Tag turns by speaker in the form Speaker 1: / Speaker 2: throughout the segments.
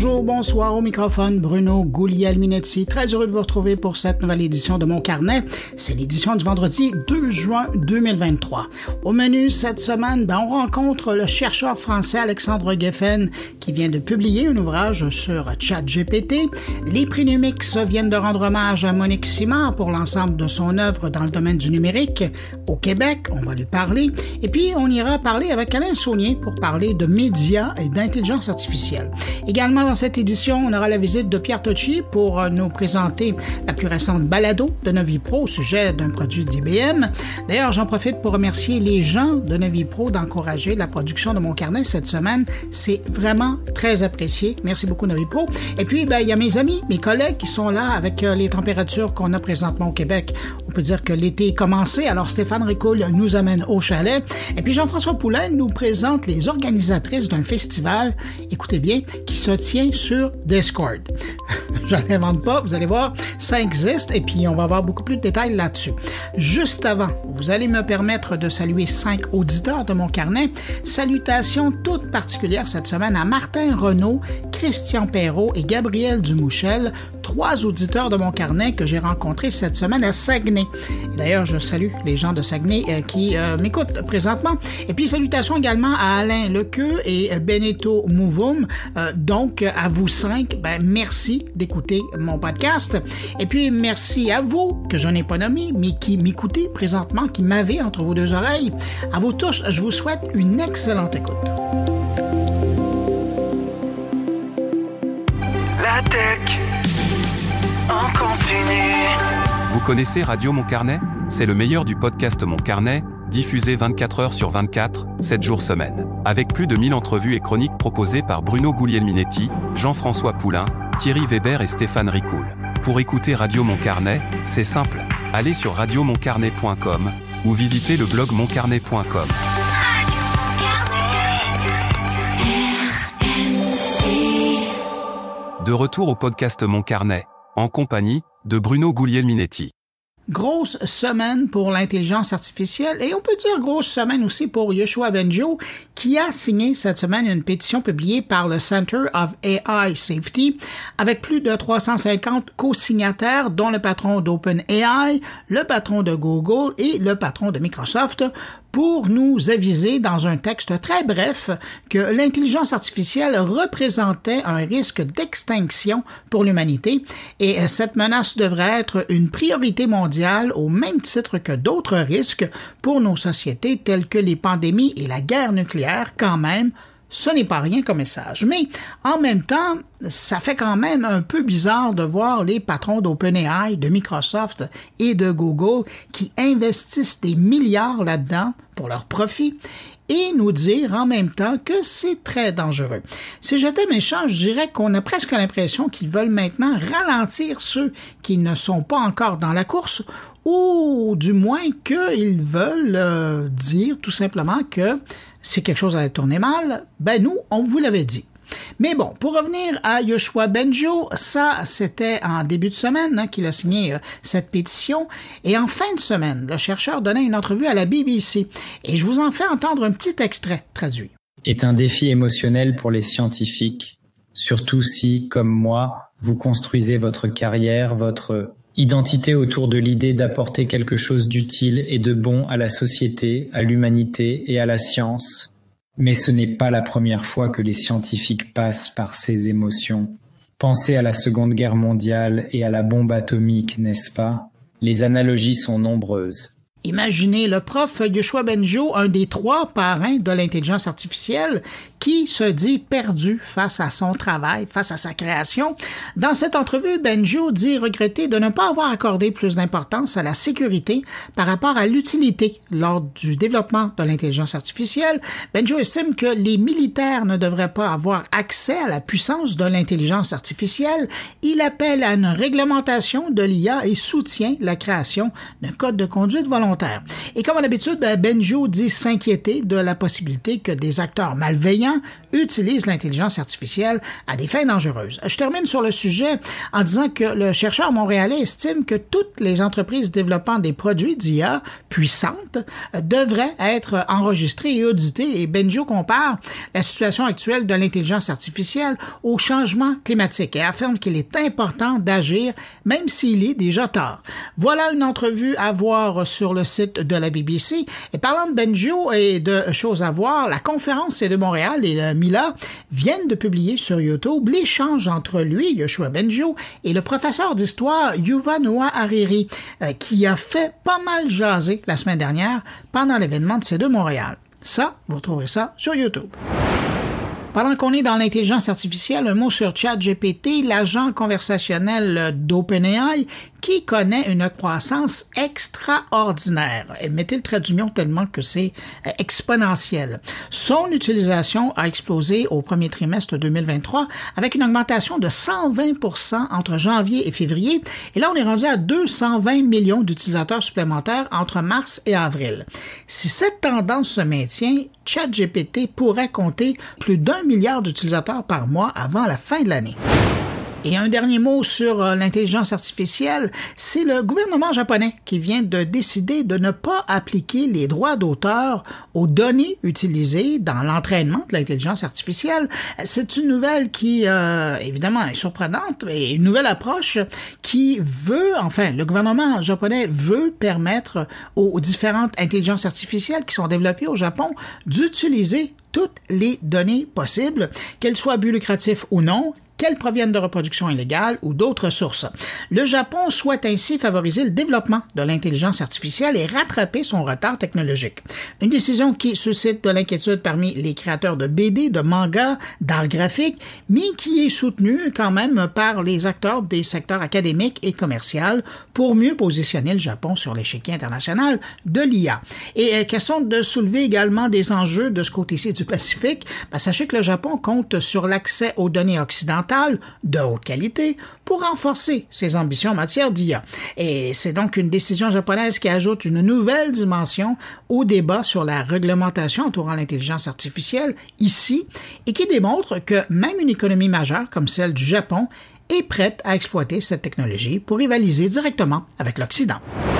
Speaker 1: Bonjour, bonsoir au microphone, Bruno Guglielminetti. Très heureux de vous retrouver pour cette nouvelle édition de Mon Carnet. C'est l'édition du vendredi 2 juin 2023. Au menu cette semaine, on rencontre le chercheur français Alexandre Geffen qui vient de publier un ouvrage sur ChatGPT. Les prix Numix viennent de rendre hommage à Monique Simard pour l'ensemble de son œuvre dans le domaine du numérique. Au Québec, on va lui parler. Et puis, on ira parler avec Alain Saunier pour parler de médias et d'intelligence artificielle. Également, dans cette édition, on aura la visite de Pierre Tocci pour nous présenter la plus récente balado de NaviPro au sujet d'un produit d'IBM. D'ailleurs, j'en profite pour remercier les gens de NaviPro d'encourager la production de Mon Carnet cette semaine. C'est vraiment très apprécié. Merci beaucoup, NaviPro. Et puis, il y a mes amis, mes collègues qui sont là avec les températures qu'on a présentement au Québec. On peut dire que l'été est commencé, alors Stéphane Ricoul nous amène au chalet. Et puis, Jean-François Poulain nous présente les organisatrices d'un festival, écoutez bien, qui se tient sur Discord. Je n'invente pas, vous allez voir, ça existe et puis on va avoir beaucoup plus de détails là-dessus. Juste avant, vous allez me permettre de saluer 5 auditeurs de Mon Carnet. Salutations toutes particulières cette semaine à Martin Renaud, Christian Perrault et Gabriel Dumouchel, 3 auditeurs de Mon Carnet que j'ai rencontrés cette semaine à Saguenay. Et d'ailleurs, je salue les gens de Saguenay qui m'écoutent présentement. Et puis, salutations également à Alain Lequeux et Benito Mouvoum. Donc, à vous 5, merci d'écouter mon podcast. Et puis, merci à vous, que je n'ai pas nommé, mais qui m'écoutez présentement, qui m'avez entre vos deux oreilles. À vous tous, je vous souhaite une excellente écoute.
Speaker 2: La tech en continu.
Speaker 3: Vous connaissez Radio Mon Carnet ? C'est le meilleur du podcast Mon Carnet, diffusé 24 heures sur 24, 7 jours semaine. Avec plus de 1000 entrevues et chroniques proposées par Bruno Guglielminetti, Jean-François Poulain, Thierry Weber et Stéphane Ricoul. Pour écouter Radio Mon Carnet, c'est simple. Allez sur radiomoncarnet.com ou visitez le blog moncarnet.com. De retour au podcast Mon Carnet, en compagnie de Bruno Guglielminetti.
Speaker 1: Grosse semaine pour l'intelligence artificielle et on peut dire grosse semaine aussi pour Yoshua Bengio qui a signé cette semaine une pétition publiée par le Center of AI Safety avec plus de 350 co-signataires dont le patron d'OpenAI, le patron de Google et le patron de Microsoft pour nous aviser dans un texte très bref que l'intelligence artificielle représentait un risque d'extinction pour l'humanité et cette menace devrait être une priorité mondiale au même titre que d'autres risques pour nos sociétés telles que les pandémies et la guerre nucléaire. Quand même, ce n'est pas rien comme message. Mais en même temps, ça fait quand même un peu bizarre de voir les patrons d'OpenAI, de Microsoft et de Google qui investissent des milliards là-dedans pour leur profit et nous dire en même temps que c'est très dangereux. Si j'étais méchant, je dirais qu'on a presque l'impression qu'ils veulent maintenant ralentir ceux qui ne sont pas encore dans la course ou du moins qu'ils veulent dire tout simplement que si quelque chose allait tourner mal, nous, on vous l'avait dit. Mais bon, pour revenir à Yoshua Bengio, ça, c'était en début de semaine qu'il a signé cette pétition. Et en fin de semaine, le chercheur donnait une entrevue à la BBC. Et je vous en fais entendre un petit extrait traduit.
Speaker 4: Est un défi émotionnel pour les scientifiques, surtout si, comme moi, vous construisez votre carrière, votre identité autour de l'idée d'apporter quelque chose d'utile et de bon à la société, à l'humanité et à la science. Mais ce n'est pas la première fois que les scientifiques passent par ces émotions. Pensez à la Seconde Guerre mondiale et à la bombe atomique, n'est-ce pas ? Les analogies sont nombreuses.
Speaker 1: Imaginez le prof Yoshua Bengio, un des 3 parrains de l'intelligence artificielle, qui se dit perdu face à son travail, face à sa création. Dans cette entrevue, Bengio dit regretter de ne pas avoir accordé plus d'importance à la sécurité par rapport à l'utilité lors du développement de l'intelligence artificielle. Bengio estime que les militaires ne devraient pas avoir accès à la puissance de l'intelligence artificielle. Il appelle à une réglementation de l'IA et soutient la création d'un code de conduite volontaire. Et comme à l'habitude, Bengio dit s'inquiéter de la possibilité que des acteurs malveillants gens utilisent l'intelligence artificielle à des fins dangereuses. Je termine sur le sujet en disant que le chercheur montréalais estime que toutes les entreprises développant des produits d'IA puissantes devraient être enregistrées et auditées. Et Benjo compare la situation actuelle de l'intelligence artificielle au changement climatique et affirme qu'il est important d'agir même s'il est déjà tard. Voilà une entrevue à voir sur le site de la BBC. Et parlant de Benjo et de choses à voir, la conférence de Montréal et le Mila viennent de publier sur YouTube l'échange entre lui, Yoshua Benjo, et le professeur d'histoire Yuval Noah Hariri, qui a fait pas mal jaser la semaine dernière pendant l'événement de C2 Montréal. Ça, vous retrouverez ça sur YouTube. Pendant qu'on est dans l'intelligence artificielle, un mot sur ChatGPT, l'agent conversationnel d'OpenAI, qui connaît une croissance extraordinaire. Et mettez le trait d'union tellement que c'est exponentiel. Son utilisation a explosé au premier trimestre 2023 avec une augmentation de 120% entre janvier et février. Et là, on est rendu à 220 millions d'utilisateurs supplémentaires entre mars et avril. Si cette tendance se maintient, ChatGPT pourrait compter plus d'1 milliard d'utilisateurs par mois avant la fin de l'année. Et un dernier mot sur l'intelligence artificielle, c'est le gouvernement japonais qui vient de décider de ne pas appliquer les droits d'auteur aux données utilisées dans l'entraînement de l'intelligence artificielle. C'est une nouvelle qui, évidemment, est surprenante, et une nouvelle approche qui veut, enfin, le gouvernement japonais veut permettre aux différentes intelligences artificielles qui sont développées au Japon d'utiliser toutes les données possibles, qu'elles soient à but lucratif ou non, qu'elles proviennent de reproduction illégale ou d'autres sources. Le Japon souhaite ainsi favoriser le développement de l'intelligence artificielle et rattraper son retard technologique. Une décision qui suscite de l'inquiétude parmi les créateurs de BD, de manga, d'art graphique, mais qui est soutenue quand même par les acteurs des secteurs académiques et commerciaux pour mieux positionner le Japon sur l'échiquier international de l'IA. Et question de soulever également des enjeux de ce côté-ci du Pacifique, sachez que le Japon compte sur l'accès aux données occidentales de haute qualité pour renforcer ses ambitions en matière d'IA. Et c'est donc une décision japonaise qui ajoute une nouvelle dimension au débat sur la réglementation entourant l'intelligence artificielle ici et qui démontre que même une économie majeure comme celle du Japon est prête à exploiter cette technologie pour rivaliser directement avec l'Occident.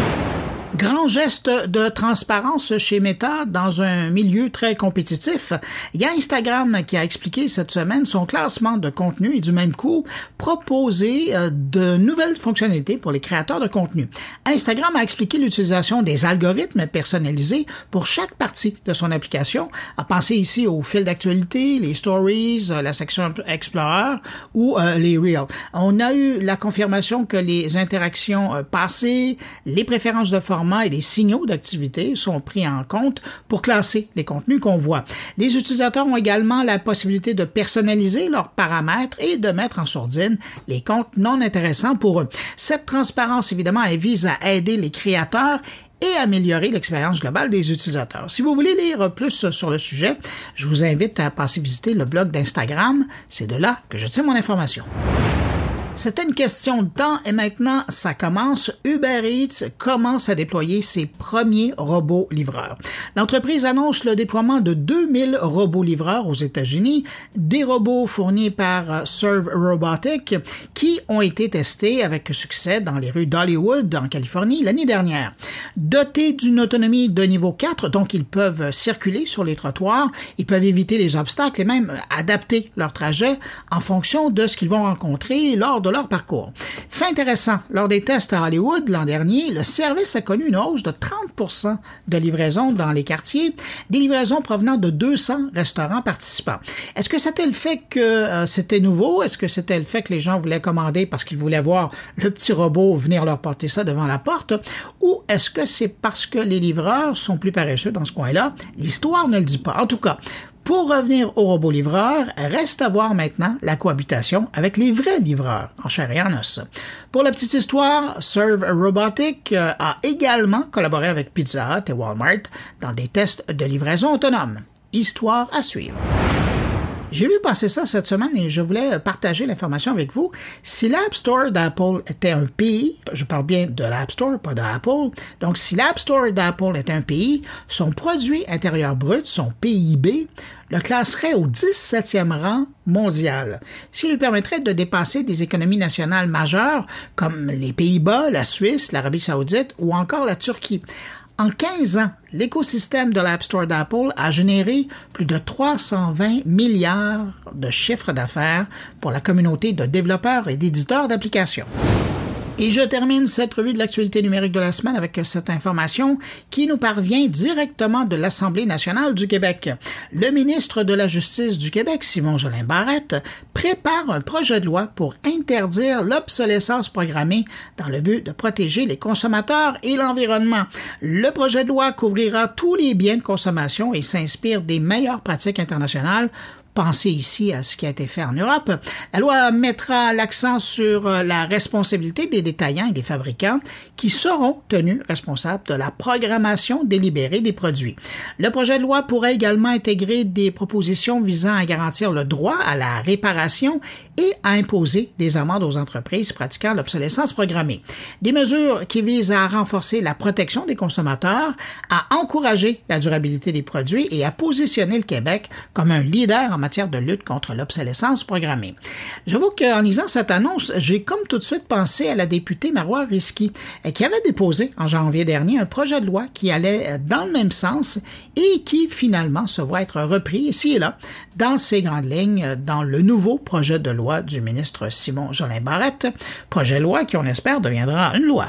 Speaker 1: Grand geste de transparence chez Meta dans un milieu très compétitif. Il y a Instagram qui a expliqué cette semaine son classement de contenu et du même coup proposé de nouvelles fonctionnalités pour les créateurs de contenu. Instagram a expliqué l'utilisation des algorithmes personnalisés pour chaque partie de son application. À penser ici au fil d'actualité, les stories, la section Explorer ou les Reels. On a eu la confirmation que les interactions passées, les préférences de format et les signaux d'activité sont pris en compte pour classer les contenus qu'on voit. Les utilisateurs ont également la possibilité de personnaliser leurs paramètres et de mettre en sourdine les comptes non intéressants pour eux. Cette transparence, évidemment, elle vise à aider les créateurs et améliorer l'expérience globale des utilisateurs. Si vous voulez lire plus sur le sujet, je vous invite à passer visiter le blog d'Instagram. C'est de là que je tiens mon information. C'était une question de temps et maintenant, ça commence. Uber Eats commence à déployer ses premiers robots livreurs. L'entreprise annonce le déploiement de 2000 robots livreurs aux États-Unis, des robots fournis par Serve Robotics qui ont été testés avec succès dans les rues d'Hollywood, en Californie, l'année dernière. Dotés d'une autonomie de niveau 4, donc ils peuvent circuler sur les trottoirs, ils peuvent éviter les obstacles et même adapter leur trajet en fonction de ce qu'ils vont rencontrer lors de leur parcours. Fait intéressant, lors des tests à Hollywood l'an dernier, le service a connu une hausse de 30% de livraisons dans les quartiers, des livraisons provenant de 200 restaurants participants. Est-ce que c'était le fait que c'était nouveau? Est-ce que c'était le fait que les gens voulaient commander parce qu'ils voulaient voir le petit robot venir leur porter ça devant la porte? Ou est-ce que c'est parce que les livreurs sont plus paresseux dans ce coin-là? L'histoire ne le dit pas. En tout cas, pour revenir aux robots livreurs, reste à voir maintenant la cohabitation avec les vrais livreurs, en chair et en os. Pour la petite histoire, Serve Robotics a également collaboré avec Pizza Hut et Walmart dans des tests de livraison autonome. Histoire à suivre. J'ai vu passer ça cette semaine et je voulais partager l'information avec vous. Si l'App Store d'Apple était un pays, je parle bien de l'App Store, pas d'Apple, donc si l'App Store d'Apple était un pays, son produit intérieur brut, son PIB, le classerait au 17e rang mondial, ce qui lui permettrait de dépasser des économies nationales majeures comme les Pays-Bas, la Suisse, l'Arabie saoudite ou encore la Turquie. En 15 ans, l'écosystème de l'App Store d'Apple a généré plus de 320 milliards de chiffres d'affaires pour la communauté de développeurs et d'éditeurs d'applications. Et je termine cette revue de l'actualité numérique de la semaine avec cette information qui nous parvient directement de l'Assemblée nationale du Québec. Le ministre de la Justice du Québec, Simon Jolin Barrette, prépare un projet de loi pour interdire l'obsolescence programmée dans le but de protéger les consommateurs et l'environnement. Le projet de loi couvrira tous les biens de consommation et s'inspire des meilleures pratiques internationales. Pensez ici à ce qui a été fait en Europe. La loi mettra l'accent sur la responsabilité des détaillants et des fabricants qui seront tenus responsables de la programmation délibérée des produits. Le projet de loi pourrait également intégrer des propositions visant à garantir le droit à la réparation et à imposer des amendes aux entreprises pratiquant l'obsolescence programmée. Des mesures qui visent à renforcer la protection des consommateurs, à encourager la durabilité des produits et à positionner le Québec comme un leader en matière de lutte contre l'obsolescence programmée. J'avoue qu'en lisant cette annonce, j'ai comme tout de suite pensé à la députée Marois Risky, qui avait déposé en janvier dernier un projet de loi qui allait dans le même sens et qui finalement se voit être repris ici et là dans ses grandes lignes dans le nouveau projet de loi du ministre Simon Jolin Barrette, projet de loi qui, on espère, deviendra une loi.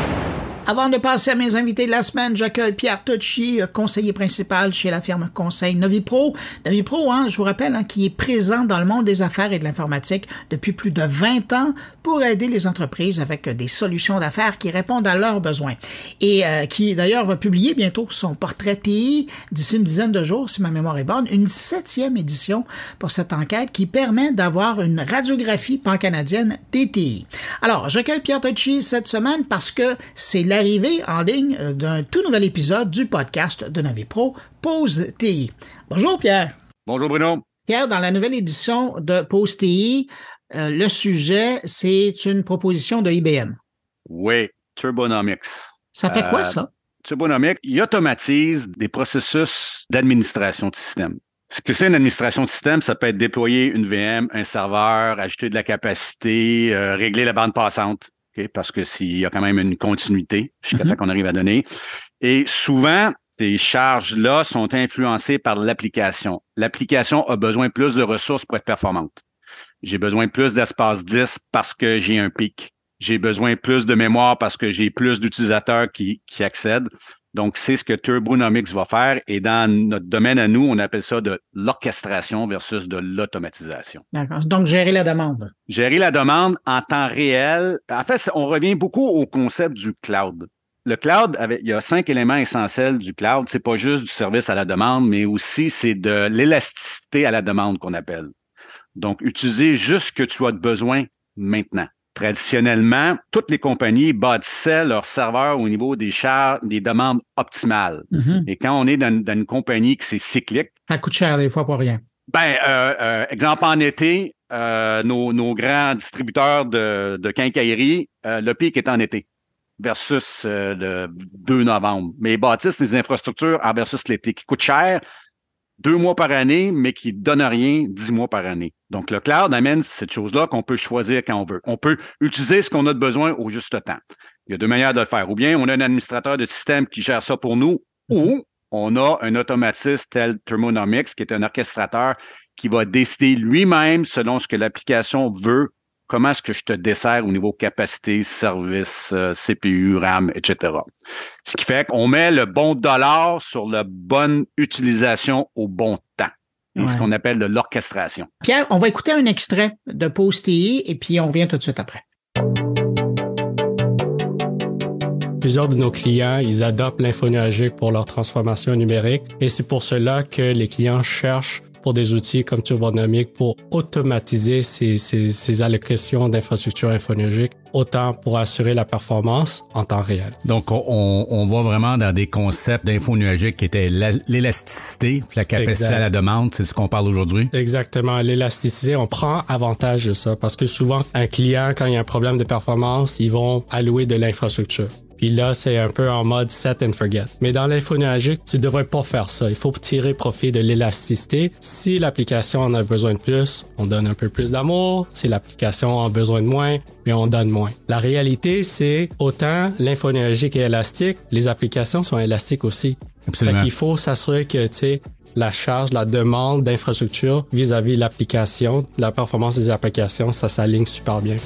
Speaker 1: Avant de passer à mes invités de la semaine, j'accueille Pierre Tucci, conseiller principal chez la firme conseil Novipro. Novipro, je vous rappelle, qui est présent dans le monde des affaires et de l'informatique depuis plus de 20 ans pour aider les entreprises avec des solutions d'affaires qui répondent à leurs besoins. Et qui, d'ailleurs, va publier bientôt son portrait TI d'ici une dizaine de jours, si ma mémoire est bonne, une 7e édition pour cette enquête qui permet d'avoir une radiographie pan-canadienne des TI. Alors, j'accueille Pierre Tucci cette semaine parce que c'est l'arrivée en ligne d'un tout nouvel épisode du podcast de Novipro, Pause TI. Bonjour Pierre.
Speaker 5: Bonjour Bruno.
Speaker 1: Pierre, dans la nouvelle édition de Pause TI, le sujet, c'est une proposition de IBM.
Speaker 5: Oui, Turbonomics.
Speaker 1: Ça fait quoi ça?
Speaker 5: Turbonomics, il automatise des processus d'administration de système. Ce que c'est une administration de système, ça peut être déployer une VM, un serveur, ajouter de la capacité, régler la bande passante. Okay, parce que s'il y a quand même une continuité jusqu'à temps qu'on arrive à donner. Et souvent, ces charges-là sont influencées par l'application. L'application a besoin plus de ressources pour être performante. J'ai besoin plus d'espace disque parce que j'ai un pic. J'ai besoin plus de mémoire parce que j'ai plus d'utilisateurs qui accèdent. Donc, c'est ce que Turbonomics va faire. Et dans notre domaine à nous, on appelle ça de l'orchestration versus de l'automatisation.
Speaker 1: D'accord. Donc, gérer la demande.
Speaker 5: Gérer la demande en temps réel. En fait, on revient beaucoup au concept du cloud. Le cloud, il y a 5 éléments essentiels du cloud. C'est pas juste du service à la demande, mais aussi c'est de l'élasticité à la demande qu'on appelle. Donc, utiliser juste ce que tu as de besoin maintenant. Traditionnellement, toutes les compagnies bâtissaient leurs serveurs au niveau des demandes optimales. Et quand on est dans une compagnie qui c'est cyclique...
Speaker 1: Ça coûte cher des fois pour rien.
Speaker 5: Exemple, en été, nos grands distributeurs de quincaillerie, le pic est en été versus le 2 novembre. Mais ils bâtissent des infrastructures en versus l'été qui coûtent cher 2 mois par année, mais qui ne donnent rien 10 mois par année. Donc, le cloud amène cette chose-là qu'on peut choisir quand on veut. On peut utiliser ce qu'on a de besoin au juste temps. Il y a 2 manières de le faire. Ou bien, on a un administrateur de système qui gère ça pour nous, ou on a un automatiste tel Turbonomics, qui est un orchestrateur qui va décider lui-même, selon ce que l'application veut, comment est-ce que je te desserre au niveau capacité, service, CPU, RAM, etc. Ce qui fait qu'on met le bon dollar sur la bonne utilisation au bon temps. C'est ce qu'on appelle de l'orchestration.
Speaker 1: Pierre, on va écouter un extrait de Pause TI et puis on revient tout de suite après.
Speaker 6: Plusieurs de nos clients, ils adoptent l'infonuagique pour leur transformation numérique et c'est pour cela que les clients cherchent pour des outils comme Turbonomic pour automatiser ces allocations d'infrastructures infonuagiques, autant pour assurer la performance en temps réel.
Speaker 7: Donc, on voit vraiment dans des concepts d'info nuagique qui étaient l'élasticité, la capacité à la demande, c'est ce qu'on parle aujourd'hui?
Speaker 6: Exactement. L'élasticité, on prend avantage de ça parce que souvent, un client, quand il y a un problème de performance, ils vont allouer de l'infrastructure. Puis là, c'est un peu en mode set and forget. Mais dans l'info nuagique, tu devrais pas faire ça. Il faut tirer profit de l'élasticité. Si l'application en a besoin de plus, on donne un peu plus d'amour. Si l'application en a besoin de moins, mais on donne moins. La réalité, c'est autant l'info nuagique est élastique, les applications sont élastiques aussi.
Speaker 7: Absolument.
Speaker 6: Fait qu'il faut s'assurer que, tu sais, la charge, la demande d'infrastructure vis-à-vis de l'application, la performance des applications, ça s'aligne super bien.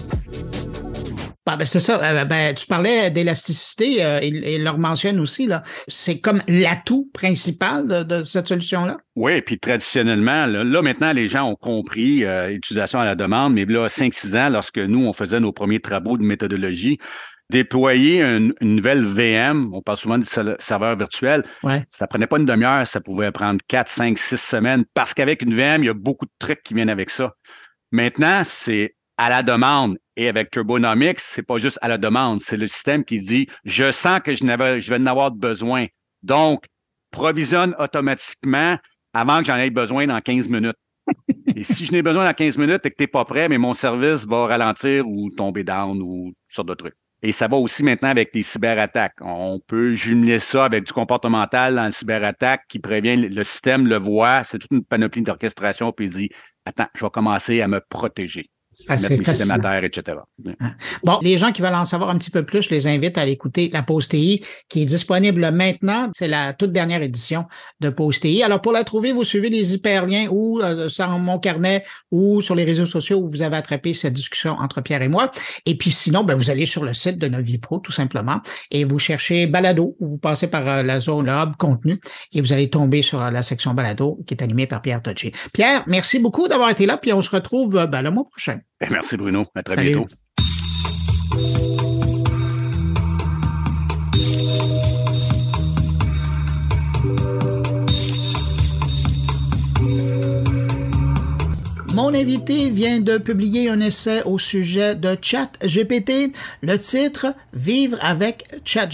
Speaker 1: Ah, ben c'est ça. Tu parlais d'élasticité, il le mentionne aussi, là. C'est comme l'atout principal de cette solution-là.
Speaker 5: Oui, puis traditionnellement, là maintenant, les gens ont compris l'utilisation à la demande, mais là, 5-6 ans, lorsque nous, on faisait nos premiers travaux de méthodologie, déployer une nouvelle VM, on parle souvent de serveur virtuel, ça prenait pas une demi-heure, ça pouvait prendre 4, 5, 6 semaines, parce qu'avec une VM, il y a beaucoup de trucs qui viennent avec ça. Maintenant, c'est à la demande. Et avec Turbonomics, c'est pas juste à la demande, c'est le système qui dit « Je sens que je vais en avoir besoin. Donc, provisionne automatiquement avant que j'en aie besoin dans 15 minutes. » Et si je n'ai besoin dans 15 minutes et que tu n'es pas prêt, mais mon service va ralentir ou tomber down ou toutes sortes de trucs. Et ça va aussi maintenant avec les cyberattaques. On peut jumeler ça avec du comportemental dans le cyberattaque qui prévient, le système le voit, c'est toute une panoplie d'orchestration, puis il dit « Attends, je vais commencer à me protéger. » Mettre mes systèmes à terre, etc.
Speaker 1: Bon, les gens qui veulent en savoir un petit peu plus, je les invite à aller écouter la Pause TI qui est disponible maintenant. C'est la toute dernière édition de Pause TI. Alors, pour la trouver, vous suivez les hyperliens ou sur mon carnet ou sur les réseaux sociaux où vous avez attrapé cette discussion entre Pierre et moi. Et puis sinon, vous allez sur le site de Notre Vie Pro, tout simplement, et vous cherchez Balado, ou vous passez par la zone Hub Contenu et vous allez tomber sur la section Balado qui est animée par Pierre Tocci. Pierre, merci beaucoup d'avoir été là, puis on se retrouve le mois prochain.
Speaker 5: Merci Bruno. À très bientôt.
Speaker 1: Mon invité vient de publier un essai au sujet de ChatGPT. Le titre « Vivre avec ChatGPT »,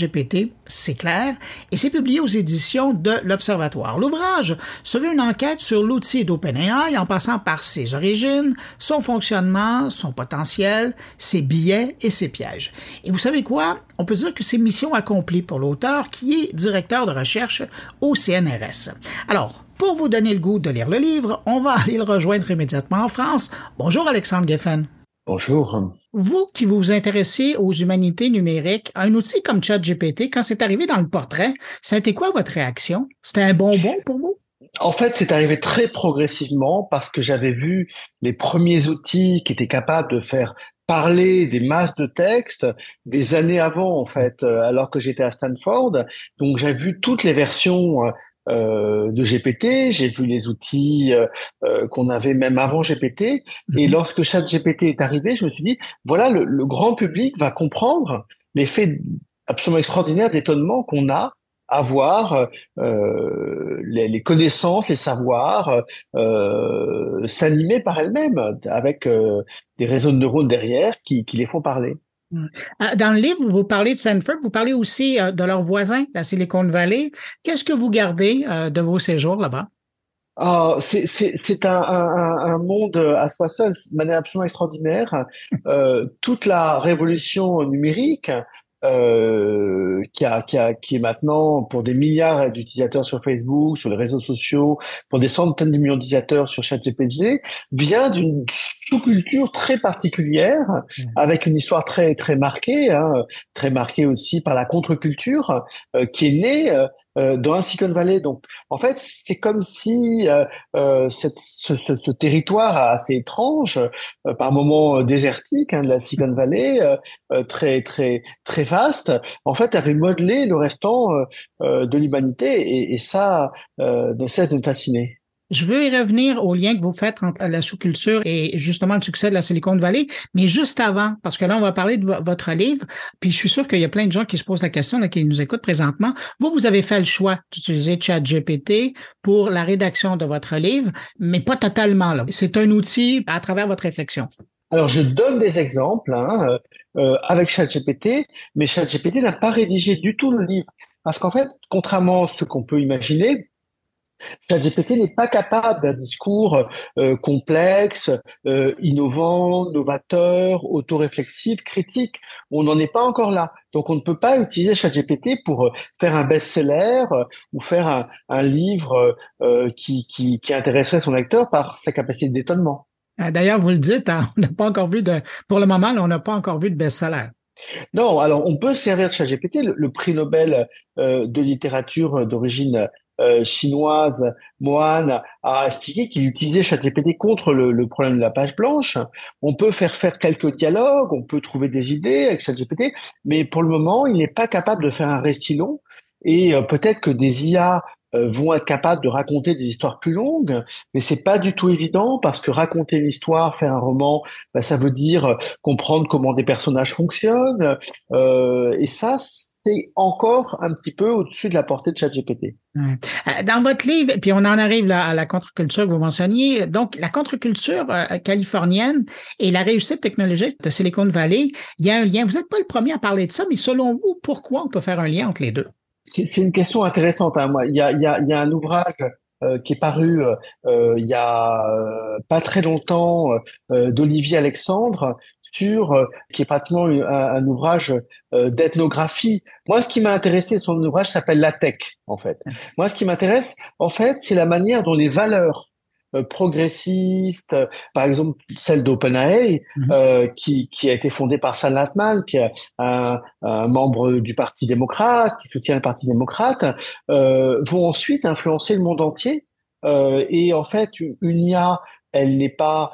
Speaker 1: c'est clair, et c'est publié aux éditions de l'Observatoire. L'ouvrage se veut une enquête sur l'outil d'OpenAI en passant par ses origines, son fonctionnement, son potentiel, ses biais et ses pièges. Et vous savez quoi? On peut dire que c'est mission accomplie pour l'auteur qui est directeur de recherche au CNRS. Alors, pour vous donner le goût de lire le livre, on va aller le rejoindre immédiatement en France. Bonjour Alexandre Geffen.
Speaker 8: Bonjour.
Speaker 1: Vous qui vous intéressez aux humanités numériques, un outil comme ChatGPT, quand c'est arrivé dans le portrait, ça a été quoi votre réaction? C'était un bonbon pour vous?
Speaker 8: En fait, c'est arrivé très progressivement parce que j'avais vu les premiers outils qui étaient capables de faire parler des masses de textes des années avant, en fait, alors que j'étais à Stanford. Donc, j'ai vu toutes les versions de GPT, j'ai vu les outils qu'on avait même avant GPT, et lorsque ChatGPT est arrivé, je me suis dit, voilà, le grand public va comprendre l'effet absolument extraordinaire d'étonnement qu'on a à voir les connaissances, les savoirs s'animer par elles-mêmes avec des réseaux de neurones derrière qui les font parler.
Speaker 1: Dans le livre, vous parlez de Stanford, vous parlez aussi de leurs voisins, la Silicon Valley. Qu'est-ce que vous gardez de vos séjours là-bas?
Speaker 8: C'est un monde à soi seul, de manière absolument extraordinaire. Toute la révolution numérique qui est maintenant pour des milliards d'utilisateurs sur Facebook, sur les réseaux sociaux, pour des centaines de millions d'utilisateurs sur ChatGPT, vient d'une sous-culture très particulière, avec une histoire très très marquée, très marquée aussi par la contre-culture qui est née dans la Silicon Valley. Donc, en fait, c'est comme si ce territoire assez étrange, par moments désertique, de la Silicon Valley, très très très vaste, en fait, avait modelé le restant de l'humanité, et ça ne cesse de me fasciner.
Speaker 1: Je veux y revenir au lien que vous faites entre la sous-culture et justement le succès de la Silicon Valley, mais juste avant, parce que là, on va parler de votre livre, puis je suis sûr qu'il y a plein de gens qui se posent la question, là, qui nous écoutent présentement. Vous avez fait le choix d'utiliser ChatGPT pour la rédaction de votre livre, mais pas totalement, là. C'est un outil à travers votre réflexion.
Speaker 8: Alors, je donne des exemples avec ChatGPT, mais ChatGPT n'a pas rédigé du tout le livre. Parce qu'en fait, contrairement à ce qu'on peut imaginer, ChatGPT n'est pas capable d'un discours complexe, innovant, novateur, autoréflexif, critique. On n'en est pas encore là. Donc, on ne peut pas utiliser ChatGPT pour faire un best-seller ou faire un livre qui intéresserait son lecteur par sa capacité d'étonnement.
Speaker 1: D'ailleurs, vous le dites, hein, on n'a pas encore vu pour le moment, là, on n'a pas encore vu de best-seller.
Speaker 8: Non, alors on peut servir de ChatGPT. Le prix Nobel de littérature d'origine chinoise, Mohan, a expliqué qu'il utilisait ChatGPT contre le problème de la page blanche. On peut faire quelques dialogues, on peut trouver des idées avec ChatGPT, mais pour le moment, il n'est pas capable de faire un récit long. Et peut-être que des IA vont être capables de raconter des histoires plus longues, mais c'est pas du tout évident parce que raconter une histoire, faire un roman, ça veut dire comprendre comment des personnages fonctionnent, et ça, c'est encore un petit peu au-dessus de la portée de ChatGPT.
Speaker 1: Dans votre livre, puis on en arrive là à la contre-culture que vous mentionniez, donc la contre-culture californienne et la réussite technologique de Silicon Valley, il y a un lien. Vous n'êtes pas le premier à parler de ça, mais selon vous, pourquoi on peut faire un lien entre les deux?
Speaker 8: C'est une question intéressante, hein. Moi, il y a un ouvrage qui est paru il y a pas très longtemps d'Olivier Alexandre qui est pratiquement un ouvrage d'ethnographie. Moi, ce qui m'a intéressé, son ouvrage s'appelle La Tech, en fait. Moi, ce qui m'intéresse, en fait, c'est la manière dont les valeurs progressiste, par exemple celle d'OpenAI, qui a été fondée par Sam Altman, qui est un membre du Parti démocrate, qui soutient le Parti démocrate, vont ensuite influencer le monde entier. Et en fait, une IA, elle n'est pas,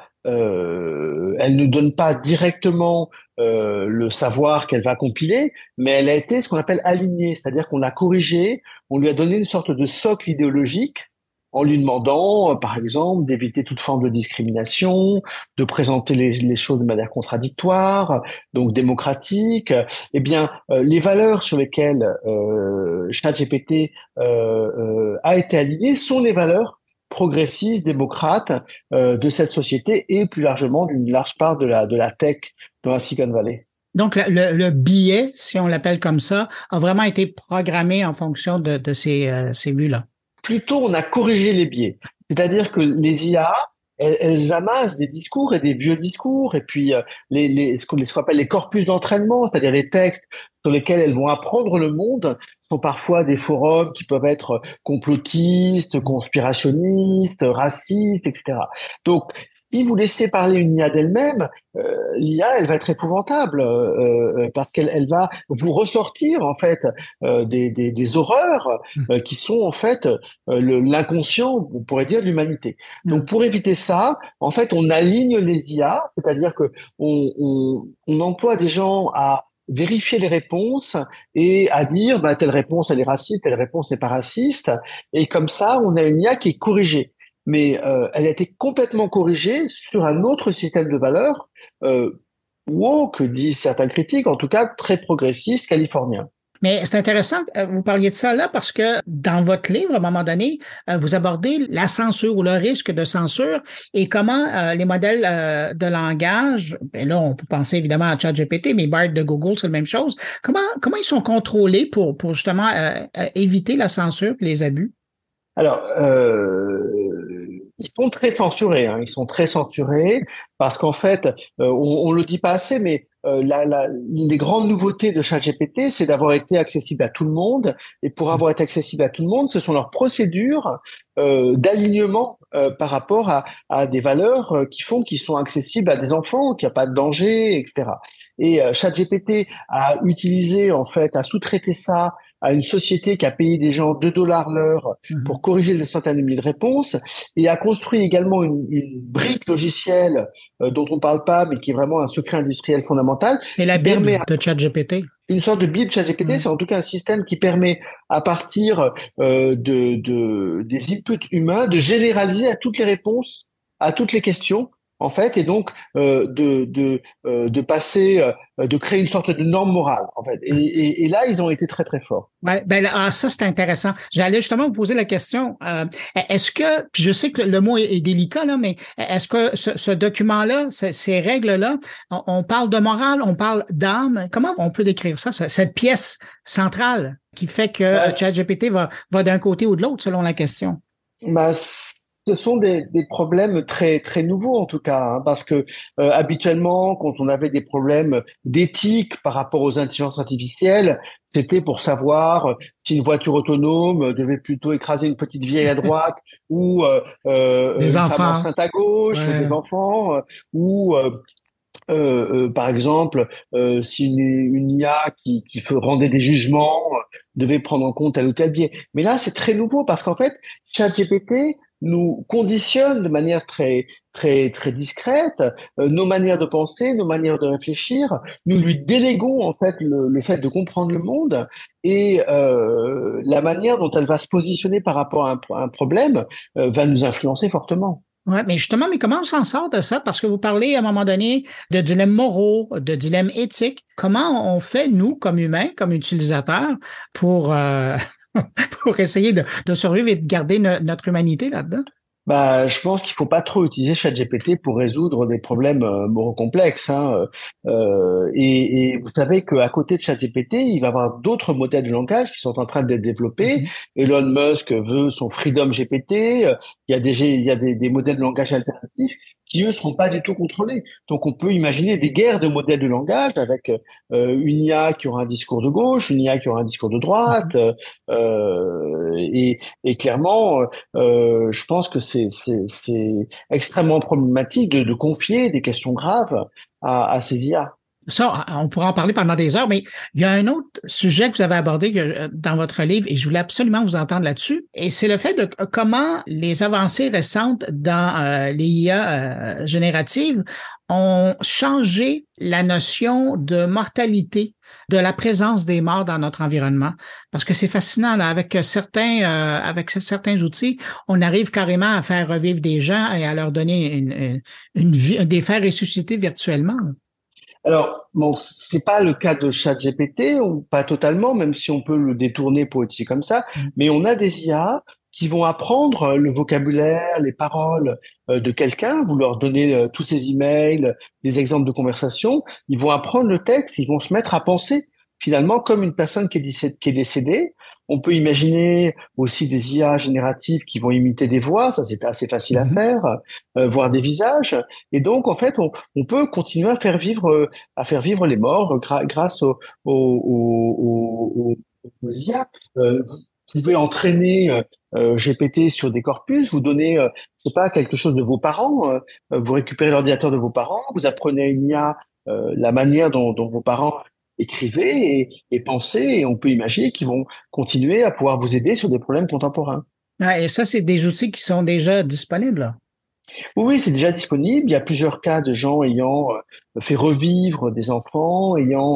Speaker 8: elle ne donne pas directement le savoir qu'elle va compiler, mais elle a été ce qu'on appelle alignée, c'est-à-dire qu'on l'a corrigée, on lui a donné une sorte de socle idéologique en lui demandant, par exemple, d'éviter toute forme de discrimination, de présenter les choses de manière contradictoire, donc démocratique. Eh bien, les valeurs sur lesquelles ChatGPT a été aligné sont les valeurs progressistes, démocrates de cette société et plus largement d'une large part de la tech dans la Silicon Valley.
Speaker 1: Donc, le biais, si on l'appelle comme ça, a vraiment été programmé en fonction de ces vues-là.
Speaker 8: Plutôt, on a corrigé les biais. C'est-à-dire que les IA, elles amassent des discours et des vieux discours, et puis ce qu'on appelle les corpus d'entraînement, c'est-à-dire les textes sur lesquels elles vont apprendre le monde, sont parfois des forums qui peuvent être complotistes, conspirationnistes, racistes, etc. Donc, si vous laissez parler une IA d'elle-même, l'IA, elle va être épouvantable parce qu'elle va vous ressortir en fait des horreurs qui sont en fait l'inconscient, on pourrait dire, de l'humanité. Donc, pour éviter ça, en fait, on aligne les IA, c'est-à-dire que on emploie des gens à vérifier les réponses et à dire telle réponse elle est raciste, telle réponse n'est pas raciste, et comme ça on a une IA qui est corrigée, mais elle a été complètement corrigée sur un autre système de valeurs woke, disent certains critiques, en tout cas très progressiste californien.
Speaker 1: Mais c'est intéressant, vous parliez de ça là parce que dans votre livre, à un moment donné, vous abordez la censure ou le risque de censure et comment les modèles de langage, ben là on peut penser évidemment à ChatGPT, mais Bard de Google, c'est la même chose. Comment ils sont contrôlés pour justement éviter la censure et les abus?
Speaker 8: Alors, ils sont très censurés, hein. Ils sont très censurés parce qu'en fait, on le dit pas assez, mais une des grandes nouveautés de ChatGPT, c'est d'avoir été accessible à tout le monde. Et pour avoir été accessible à tout le monde, ce sont leurs procédures d'alignement par rapport à des valeurs qui font qu'ils sont accessibles à des enfants, qu'il n'y a pas de danger, etc. Et ChatGPT a utilisé, en fait, a sous-traité ça à une société qui a payé des gens $2 l'heure pour corriger des centaines de milliers de réponses et a construit également une brique logicielle dont on parle pas, mais qui est vraiment un secret industriel fondamental.
Speaker 1: Et la Bible de ChatGPT.
Speaker 8: Une sorte de Bible ChatGPT, c'est en tout cas un système qui permet, à partir des inputs humains, de généraliser à toutes les réponses, à toutes les questions, en fait, et donc de passer, de créer une sorte de norme morale, en fait. Et là, ils ont été très très forts.
Speaker 1: Ouais, ben ça c'est intéressant. J'allais justement vous poser la question. Est-ce que, puis je sais que le mot est délicat là, mais est-ce que ce document-là, ces règles-là, on parle de morale, on parle d'âme. Comment on peut décrire ça, cette pièce centrale qui fait que ChatGPT va d'un côté ou de l'autre selon la question?
Speaker 8: Ce sont des problèmes très très nouveaux en tout cas, parce que habituellement, quand on avait des problèmes d'éthique par rapport aux intelligences artificielles, c'était pour savoir si une voiture autonome devait plutôt écraser une petite vieille à droite ou une femme enceinte à gauche, des enfants, ou par exemple, si une IA qui rendait des jugements devait prendre en compte tel ou tel biais. Mais là, c'est très nouveau parce qu'en fait, ChatGPT nous conditionne de manière très très très discrète nos manières de penser, nos manières de réfléchir. Nous lui déléguons en fait le fait de comprendre le monde et la manière dont elle va se positionner par rapport à un problème va nous influencer fortement.
Speaker 1: Ouais, mais justement, comment on s'en sort de ça? Parce que vous parlez à un moment donné de dilemmes moraux, de dilemmes éthiques. Comment on fait, nous, comme humains, comme utilisateurs, pour essayer de survivre et de garder notre humanité là-dedans?
Speaker 8: Je pense qu'il faut pas trop utiliser ChatGPT pour résoudre des problèmes moraux complexes. Et vous savez qu'à côté de ChatGPT, il va y avoir d'autres modèles de langage qui sont en train d'être développés. Elon Musk veut son Freedom GPT. Il y a des modèles de langage alternatifs qui, eux, seront pas du tout contrôlés. Donc, on peut imaginer des guerres de modèles de langage avec une IA qui aura un discours de gauche, une IA qui aura un discours de droite. Et clairement, je pense que c'est extrêmement problématique de confier des questions graves à ces IA.
Speaker 1: Ça, on pourra en parler pendant des heures, mais il y a un autre sujet que vous avez abordé dans votre livre et je voulais absolument vous entendre là-dessus. Et c'est le fait de comment les avancées récentes dans les IA génératives ont changé la notion de mortalité, de la présence des morts dans notre environnement. Parce que c'est fascinant, là, avec certains outils, on arrive carrément à faire revivre des gens et à leur donner une vie, des faire ressusciter virtuellement.
Speaker 8: Alors, bon, c'est pas le cas de ChatGPT, ou pas totalement, même si on peut le détourner pour utiliser comme ça, mais on a des IA qui vont apprendre le vocabulaire, les paroles de quelqu'un, vous leur donnez tous ces emails, des exemples de conversation, ils vont apprendre le texte, ils vont se mettre à penser finalement comme une personne qui est décédée. On peut imaginer aussi des IA génératives qui vont imiter des voix, ça c'est assez facile à faire, voir des visages. Et donc en fait, on peut continuer à faire vivre les morts grâce aux IA. Vous pouvez entraîner GPT sur des corpus, vous donnez, je sais pas, quelque chose de vos parents, vous récupérez l'ordinateur de vos parents, vous apprenez à une IA la manière dont vos parents écrivez et pensez, et on peut imaginer qu'ils vont continuer à pouvoir vous aider sur des problèmes contemporains.
Speaker 1: Ah, et ça, c'est des outils qui sont déjà disponibles, là.
Speaker 8: Oui, c'est déjà disponible. Il y a plusieurs cas de gens ayant fait revivre des enfants, ayant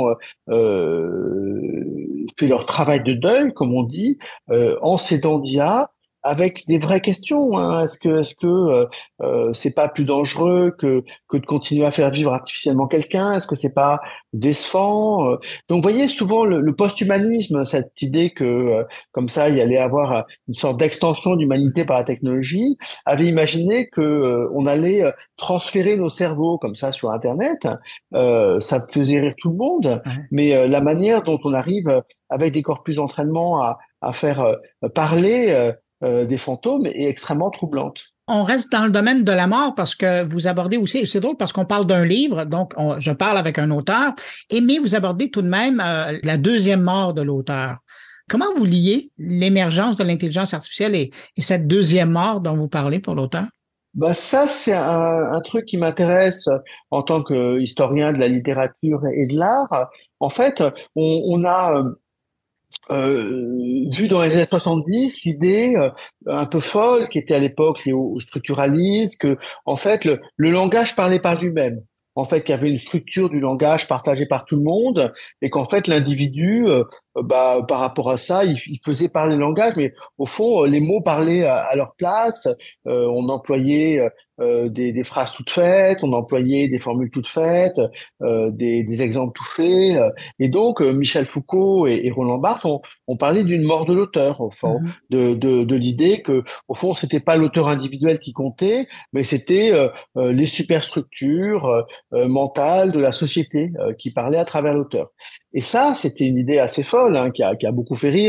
Speaker 8: fait leur travail de deuil, comme on dit, en s'aidant d'IA, avec des vraies questions. Hein. Est-ce que c'est pas plus dangereux que de continuer à faire vivre artificiellement quelqu'un? Est-ce que c'est pas décevant? Donc, vous voyez, souvent le post-humanisme, cette idée que comme ça, il y allait avoir une sorte d'extension d'humanité par la technologie, avait imaginé que on allait transférer nos cerveaux comme ça sur Internet. Ça faisait rire tout le monde, mais la manière dont on arrive avec des corpus d'entraînement à faire parler des fantômes est extrêmement troublante.
Speaker 1: On reste dans le domaine de la mort parce que vous abordez aussi, et c'est drôle parce qu'on parle d'un livre, donc je parle avec un auteur, mais vous abordez tout de même la deuxième mort de l'auteur. Comment vous liez l'émergence de l'intelligence artificielle et cette deuxième mort dont vous parlez pour l'auteur?
Speaker 8: Ça, c'est un truc qui m'intéresse en tant qu'historien de la littérature et de l'art. En fait, on a Vue dans les années 70, l'idée un peu folle qui était à l'époque liée au structuralisme, que en fait le langage parlait par lui-même. En fait, qu'il y avait une structure du langage partagée par tout le monde et qu'en fait l'individu, par rapport à ça, il faisait parler le langage, mais au fond, les mots parlaient à leur place. On employait des phrases toutes faites, on employait des formules toutes faites, des exemples tout faits. Et donc, Michel Foucault et Roland Barthes ont parlé d'une mort de l'auteur, au fond, de l'idée que, au fond, c'était pas l'auteur individuel qui comptait, mais c'était les superstructures mentales de la société qui parlaient à travers l'auteur. Et ça, c'était une idée assez folle, hein, qui a beaucoup fait rire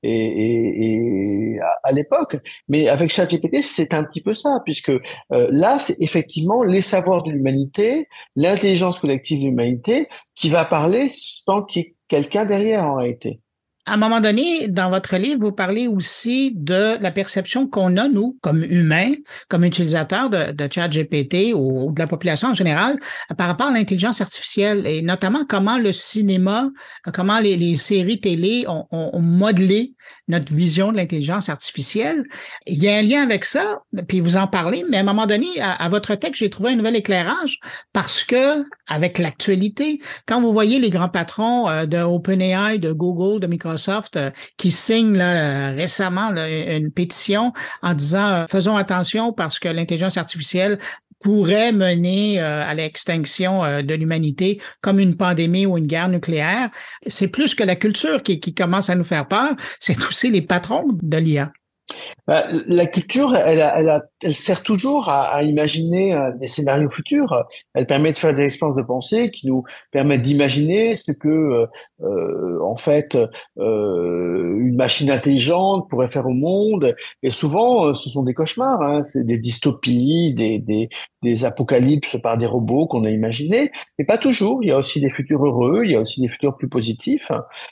Speaker 8: et à l'époque. Mais avec ChatGPT, c'est un petit peu ça, puisque là, c'est effectivement les savoirs de l'humanité, l'intelligence collective de l'humanité qui va parler sans qu'il y ait quelqu'un derrière en réalité.
Speaker 1: À un moment donné, dans votre livre, vous parlez aussi de la perception qu'on a, nous, comme humains, comme utilisateurs de ChatGPT ou de la population en général, par rapport à l'intelligence artificielle et notamment comment le cinéma, comment les séries télé ont modelé notre vision de l'intelligence artificielle. Il y a un lien avec ça, puis vous en parlez, mais à un moment donné, à votre texte, j'ai trouvé un nouvel éclairage parce que, avec l'actualité, quand vous voyez les grands patrons de OpenAI, de Google, de Microsoft, qui signe là, récemment là, une pétition en disant faisons attention parce que l'intelligence artificielle pourrait mener à l'extinction de l'humanité comme une pandémie ou une guerre nucléaire. C'est plus que la culture qui commence à nous faire peur, c'est aussi les patrons de l'IA.
Speaker 8: La culture, elle sert toujours à imaginer des scénarios futurs. Elle permet de faire des expériences de pensée qui nous permettent d'imaginer ce que, en fait, une machine intelligente pourrait faire au monde. Et souvent, ce sont des cauchemars, hein. C'est des dystopies, des apocalypses par des robots qu'on a imaginés. Mais pas toujours. Il y a aussi des futurs heureux. Il y a aussi des futurs plus positifs.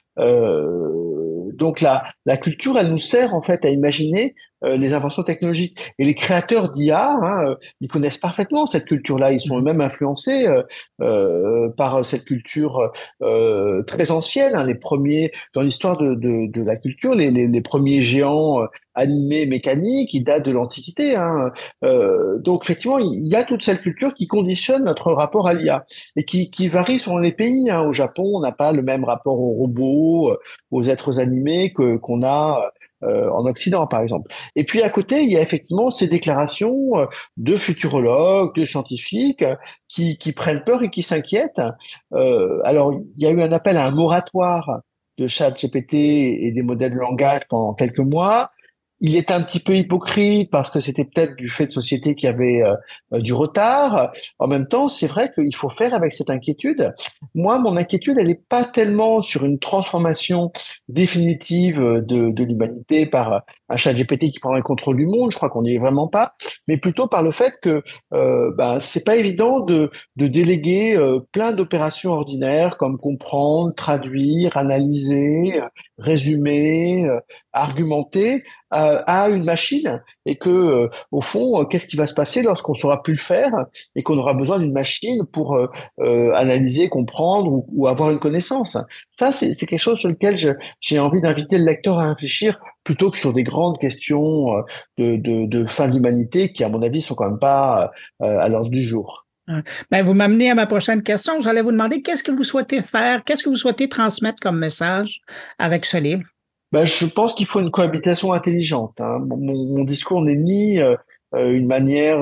Speaker 8: Donc la culture, elle nous sert en fait à imaginer les inventions technologiques. Et les créateurs d'IA, hein, ils connaissent parfaitement cette culture-là. Ils sont eux-mêmes influencés par cette culture très ancienne. Hein, les premiers dans l'histoire de la culture, les premiers géants animés mécaniques, ils datent de l'Antiquité. Hein. Donc effectivement, il y a toute cette culture qui conditionne notre rapport à l'IA et qui varie selon les pays. Hein. Au Japon, on n'a pas le même rapport aux robots, aux êtres animés qu'on a en Occident, par exemple. Et puis à côté, il y a effectivement ces déclarations de futurologues, de scientifiques qui prennent peur et qui s'inquiètent. Alors, il y a eu un appel à un moratoire de ChatGPT et des modèles de langage pendant quelques mois. Il est un petit peu hypocrite parce que c'était peut-être du fait de sociétés qui avaient du retard. En même temps, c'est vrai qu'il faut faire avec cette inquiétude. Moi, mon inquiétude, elle n'est pas tellement sur une transformation définitive de l'humanité par un ChatGPT qui prendrait le contrôle du monde. Je crois qu'on n'y est vraiment pas, mais plutôt par le fait que c'est pas évident de déléguer plein d'opérations ordinaires comme comprendre, traduire, analyser, résumer, argumenter à une machine et que au fond qu'est-ce qui va se passer lorsqu'on saura plus le faire et qu'on aura besoin d'une machine pour analyser, comprendre ou avoir une connaissance. Ça c'est quelque chose sur lequel j'ai envie d'inviter le lecteur à réfléchir plutôt que sur des grandes questions de fin de l'humanité qui à mon avis sont quand même pas à l'ordre du jour.
Speaker 1: Ben, vous m'amenez à ma prochaine question. J'allais vous demander qu'est-ce que vous souhaitez faire, qu'est-ce que vous souhaitez transmettre comme message avec ce livre?
Speaker 8: Ben, je pense qu'il faut une cohabitation intelligente. Hein. Mon discours n'est ni une manière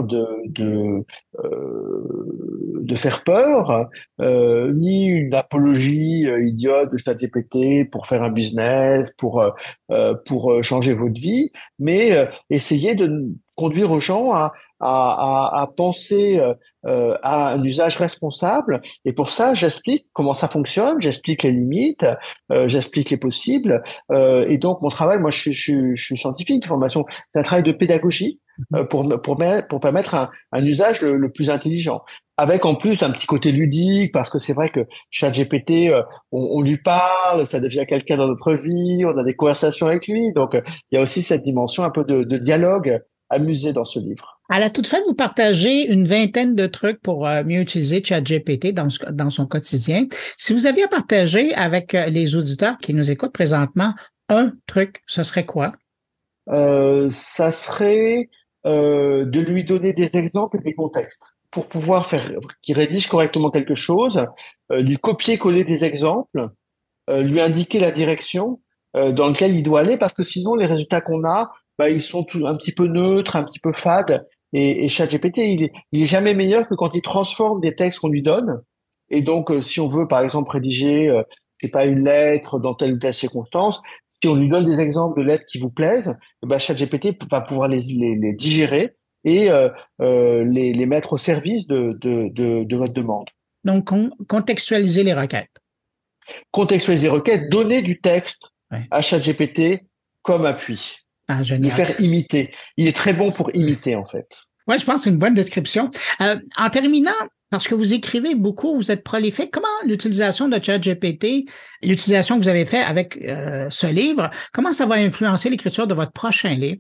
Speaker 8: de faire peur, ni une apologie idiote de ChatGPT pour faire un business, pour changer votre vie, mais essayer de conduire aux gens à penser à un usage responsable. Et pour ça, j'explique comment ça fonctionne, j'explique les limites, j'explique les possibles. Et donc, mon travail, moi, je suis scientifique de formation, c'est un travail de pédagogie pour permettre un usage le plus intelligent. Avec en plus un petit côté ludique, parce que c'est vrai que ChatGPT, on lui parle, ça devient quelqu'un dans notre vie, on a des conversations avec lui. Donc, il y a aussi cette dimension un peu de dialogue amusé dans ce livre.
Speaker 1: À la toute fin, vous partagez une vingtaine de trucs pour mieux utiliser ChatGPT dans son quotidien. Si vous aviez à partager avec les auditeurs qui nous écoutent présentement un truc, ce serait quoi?
Speaker 8: Ça serait de lui donner des exemples et des contextes pour pouvoir faire qu'il rédige correctement quelque chose, lui copier-coller des exemples, lui indiquer la direction dans laquelle il doit aller, parce que sinon les résultats qu'on a, bah, ils sont un petit peu neutres, un petit peu fades. Et ChatGPT, il est jamais meilleur que quand il transforme des textes qu'on lui donne. Et donc, si on veut, par exemple, rédiger, je sais pas, une lettre dans telle ou telle circonstance, si on lui donne des exemples de lettres qui vous plaisent, eh ben, ChatGPT va pouvoir les digérer et les mettre au service de votre demande.
Speaker 1: Donc, contextualiser les requêtes.
Speaker 8: Contextualiser les requêtes, donner du texte
Speaker 1: Ouais.
Speaker 8: à ChatGPT comme appui.
Speaker 1: Ah,
Speaker 8: Le
Speaker 1: génial.
Speaker 8: faire imiter. Il est très bon pour imiter, en fait.
Speaker 1: Oui, je pense que c'est une bonne description. En terminant, parce que vous écrivez beaucoup, vous êtes prolifique, comment l'utilisation de ChatGPT, l'utilisation que vous avez faite avec ce livre, comment ça va influencer l'écriture de votre prochain livre?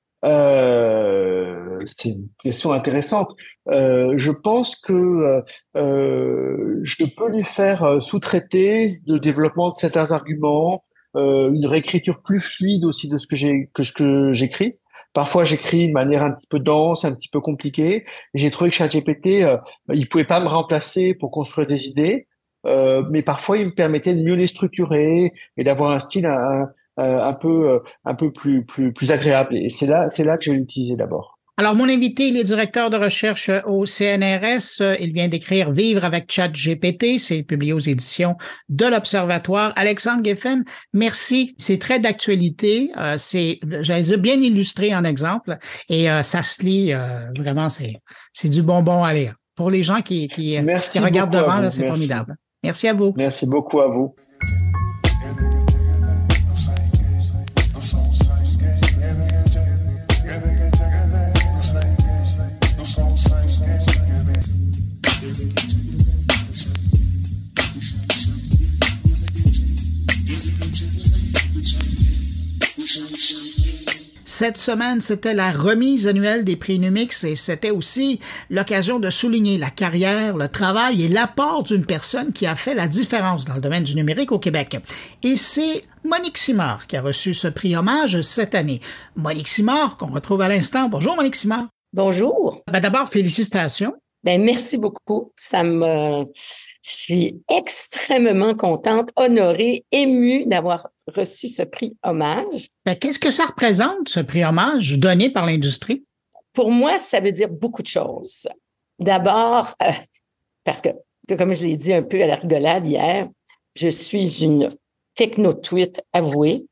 Speaker 8: C'est une question intéressante. Je pense que je peux lui faire sous-traiter le développement de certains arguments, une réécriture plus fluide aussi de ce que j'écris. Parfois, j'écris de manière un petit peu dense, un petit peu compliquée. J'ai trouvé que ChatGPT, il pouvait pas me remplacer pour construire des idées, mais parfois, il me permettait de mieux les structurer et d'avoir un style un peu plus agréable. Et c'est là que je vais l'utiliser d'abord.
Speaker 1: Alors, mon invité, il est directeur de recherche au CNRS. Il vient d'écrire Vivre avec ChatGPT. C'est publié aux éditions de l'Observatoire. Alexandre Geffen, merci. C'est très d'actualité. C'est, j'allais dire, bien illustré en exemple. Et ça se lit vraiment, c'est du bonbon à lire. Pour les gens qui regardent devant, là, c'est formidable. Merci à vous.
Speaker 8: Merci beaucoup à vous.
Speaker 1: Cette semaine, c'était la remise annuelle des prix Numix et c'était aussi l'occasion de souligner la carrière, le travail et l'apport d'une personne qui a fait la différence dans le domaine du numérique au Québec. Et c'est Monique Simard qui a reçu ce prix hommage cette année. Monique Simard, qu'on retrouve à l'instant. Bonjour Monique Simard.
Speaker 9: Bonjour.
Speaker 1: D'abord, félicitations.
Speaker 9: Merci beaucoup. Je suis extrêmement contente, honorée, émue d'avoir reçu ce prix hommage.
Speaker 1: Qu'est-ce que ça représente, ce prix hommage donné par l'industrie?
Speaker 9: Pour moi, ça veut dire beaucoup de choses. D'abord, parce que comme je l'ai dit un peu à la rigolade hier, je suis une techno-tweet avouée.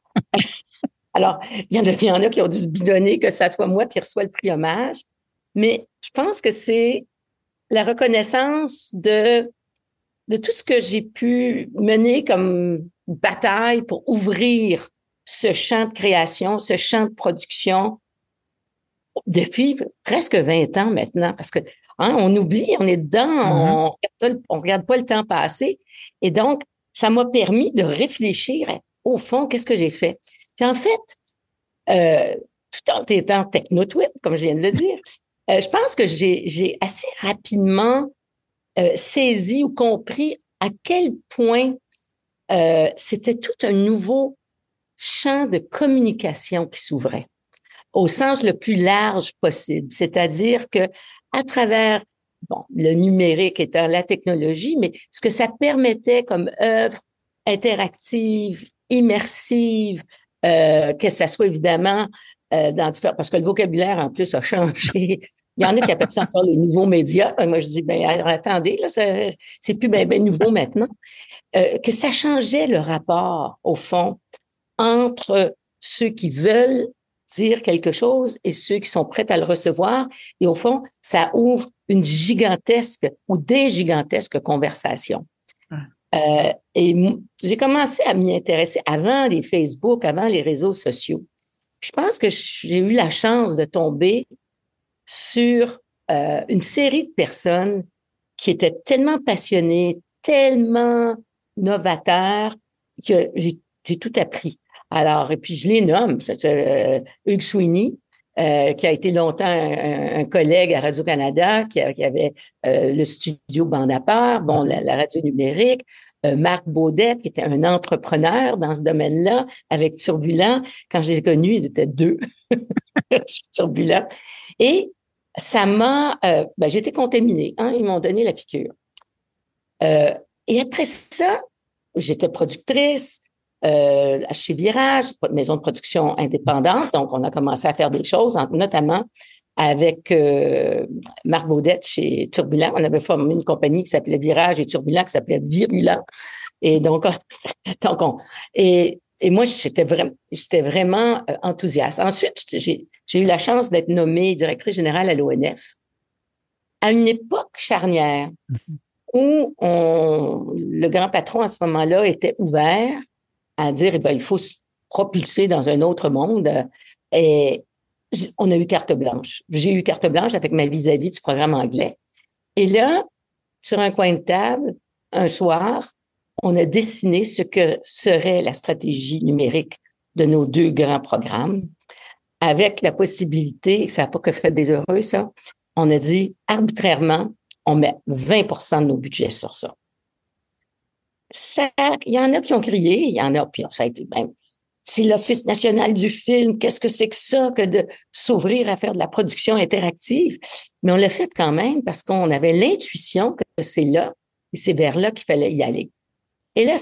Speaker 9: Alors, il y en a qui ont dû se bidonner que ça soit moi qui reçois le prix hommage, mais je pense que c'est la reconnaissance de tout ce que j'ai pu mener comme bataille pour ouvrir ce champ de création, ce champ de production depuis presque 20 ans maintenant, parce que on oublie, on est dedans, on regarde pas le temps passer, et donc ça m'a permis de réfléchir au fond, qu'est-ce que j'ai fait. Puis en fait, tout en étant techno-tweet, comme je viens de le dire, je pense que j'ai assez rapidement saisi ou compris à quel point c'était tout un nouveau champ de communication qui s'ouvrait au sens le plus large possible. C'est-à-dire que à travers le numérique étant la technologie, mais ce que ça permettait comme œuvre interactive, immersive, que ça soit évidemment dans différents... Parce que le vocabulaire, en plus, a changé. Il y en a qui appellent ça encore les nouveaux médias. Moi, je dis, attendez, là, c'est plus ben nouveau maintenant. Que ça changeait le rapport, au fond, entre ceux qui veulent dire quelque chose et ceux qui sont prêts à le recevoir. Et au fond, ça ouvre une gigantesque ou des gigantesques conversations. Et j'ai commencé à m'y intéresser avant les Facebook, avant les réseaux sociaux. Je pense que j'ai eu la chance de tomber sur une série de personnes qui étaient tellement passionnées, tellement novateurs, que j'ai tout appris. Alors, et puis je les nomme, Hugues Sweeney, qui a été longtemps un collègue à Radio-Canada, qui avait le studio Bande à part, la radio numérique. Marc Baudette, qui était un entrepreneur dans ce domaine-là, avec Turbulent. Quand je les ai connus, ils étaient 2, Turbulent. Et ça m'a... j'ai été contaminée. Ils m'ont donné la piqûre. Et après ça, j'étais productrice chez Virage, maison de production indépendante. Donc, on a commencé à faire des choses, notamment avec Marc Baudette chez Turbulent. On avait formé une compagnie qui s'appelait Virage et Turbulent qui s'appelait Virulent. Et donc, et moi, j'étais vraiment enthousiaste. Ensuite, j'ai eu la chance d'être nommée directrice générale à l'ONF à une époque charnière où le grand patron à ce moment-là était ouvert à dire, il faut se propulser dans un autre monde. Et on a eu carte blanche. J'ai eu carte blanche avec ma vis-à-vis du programme anglais. Et là, sur un coin de table, un soir, on a dessiné ce que serait la stratégie numérique de nos 2 grands programmes, avec la possibilité, ça n'a pas que fait des heureux, ça, on a dit arbitrairement, on met 20% de nos budgets sur ça. Il y en a qui ont crié, il y en a, puis ça a été même, c'est l'Office national du film, qu'est-ce que c'est que ça, que de s'ouvrir à faire de la production interactive? Mais on l'a fait quand même parce qu'on avait l'intuition que c'est là, et c'est vers là qu'il fallait y aller. Et là,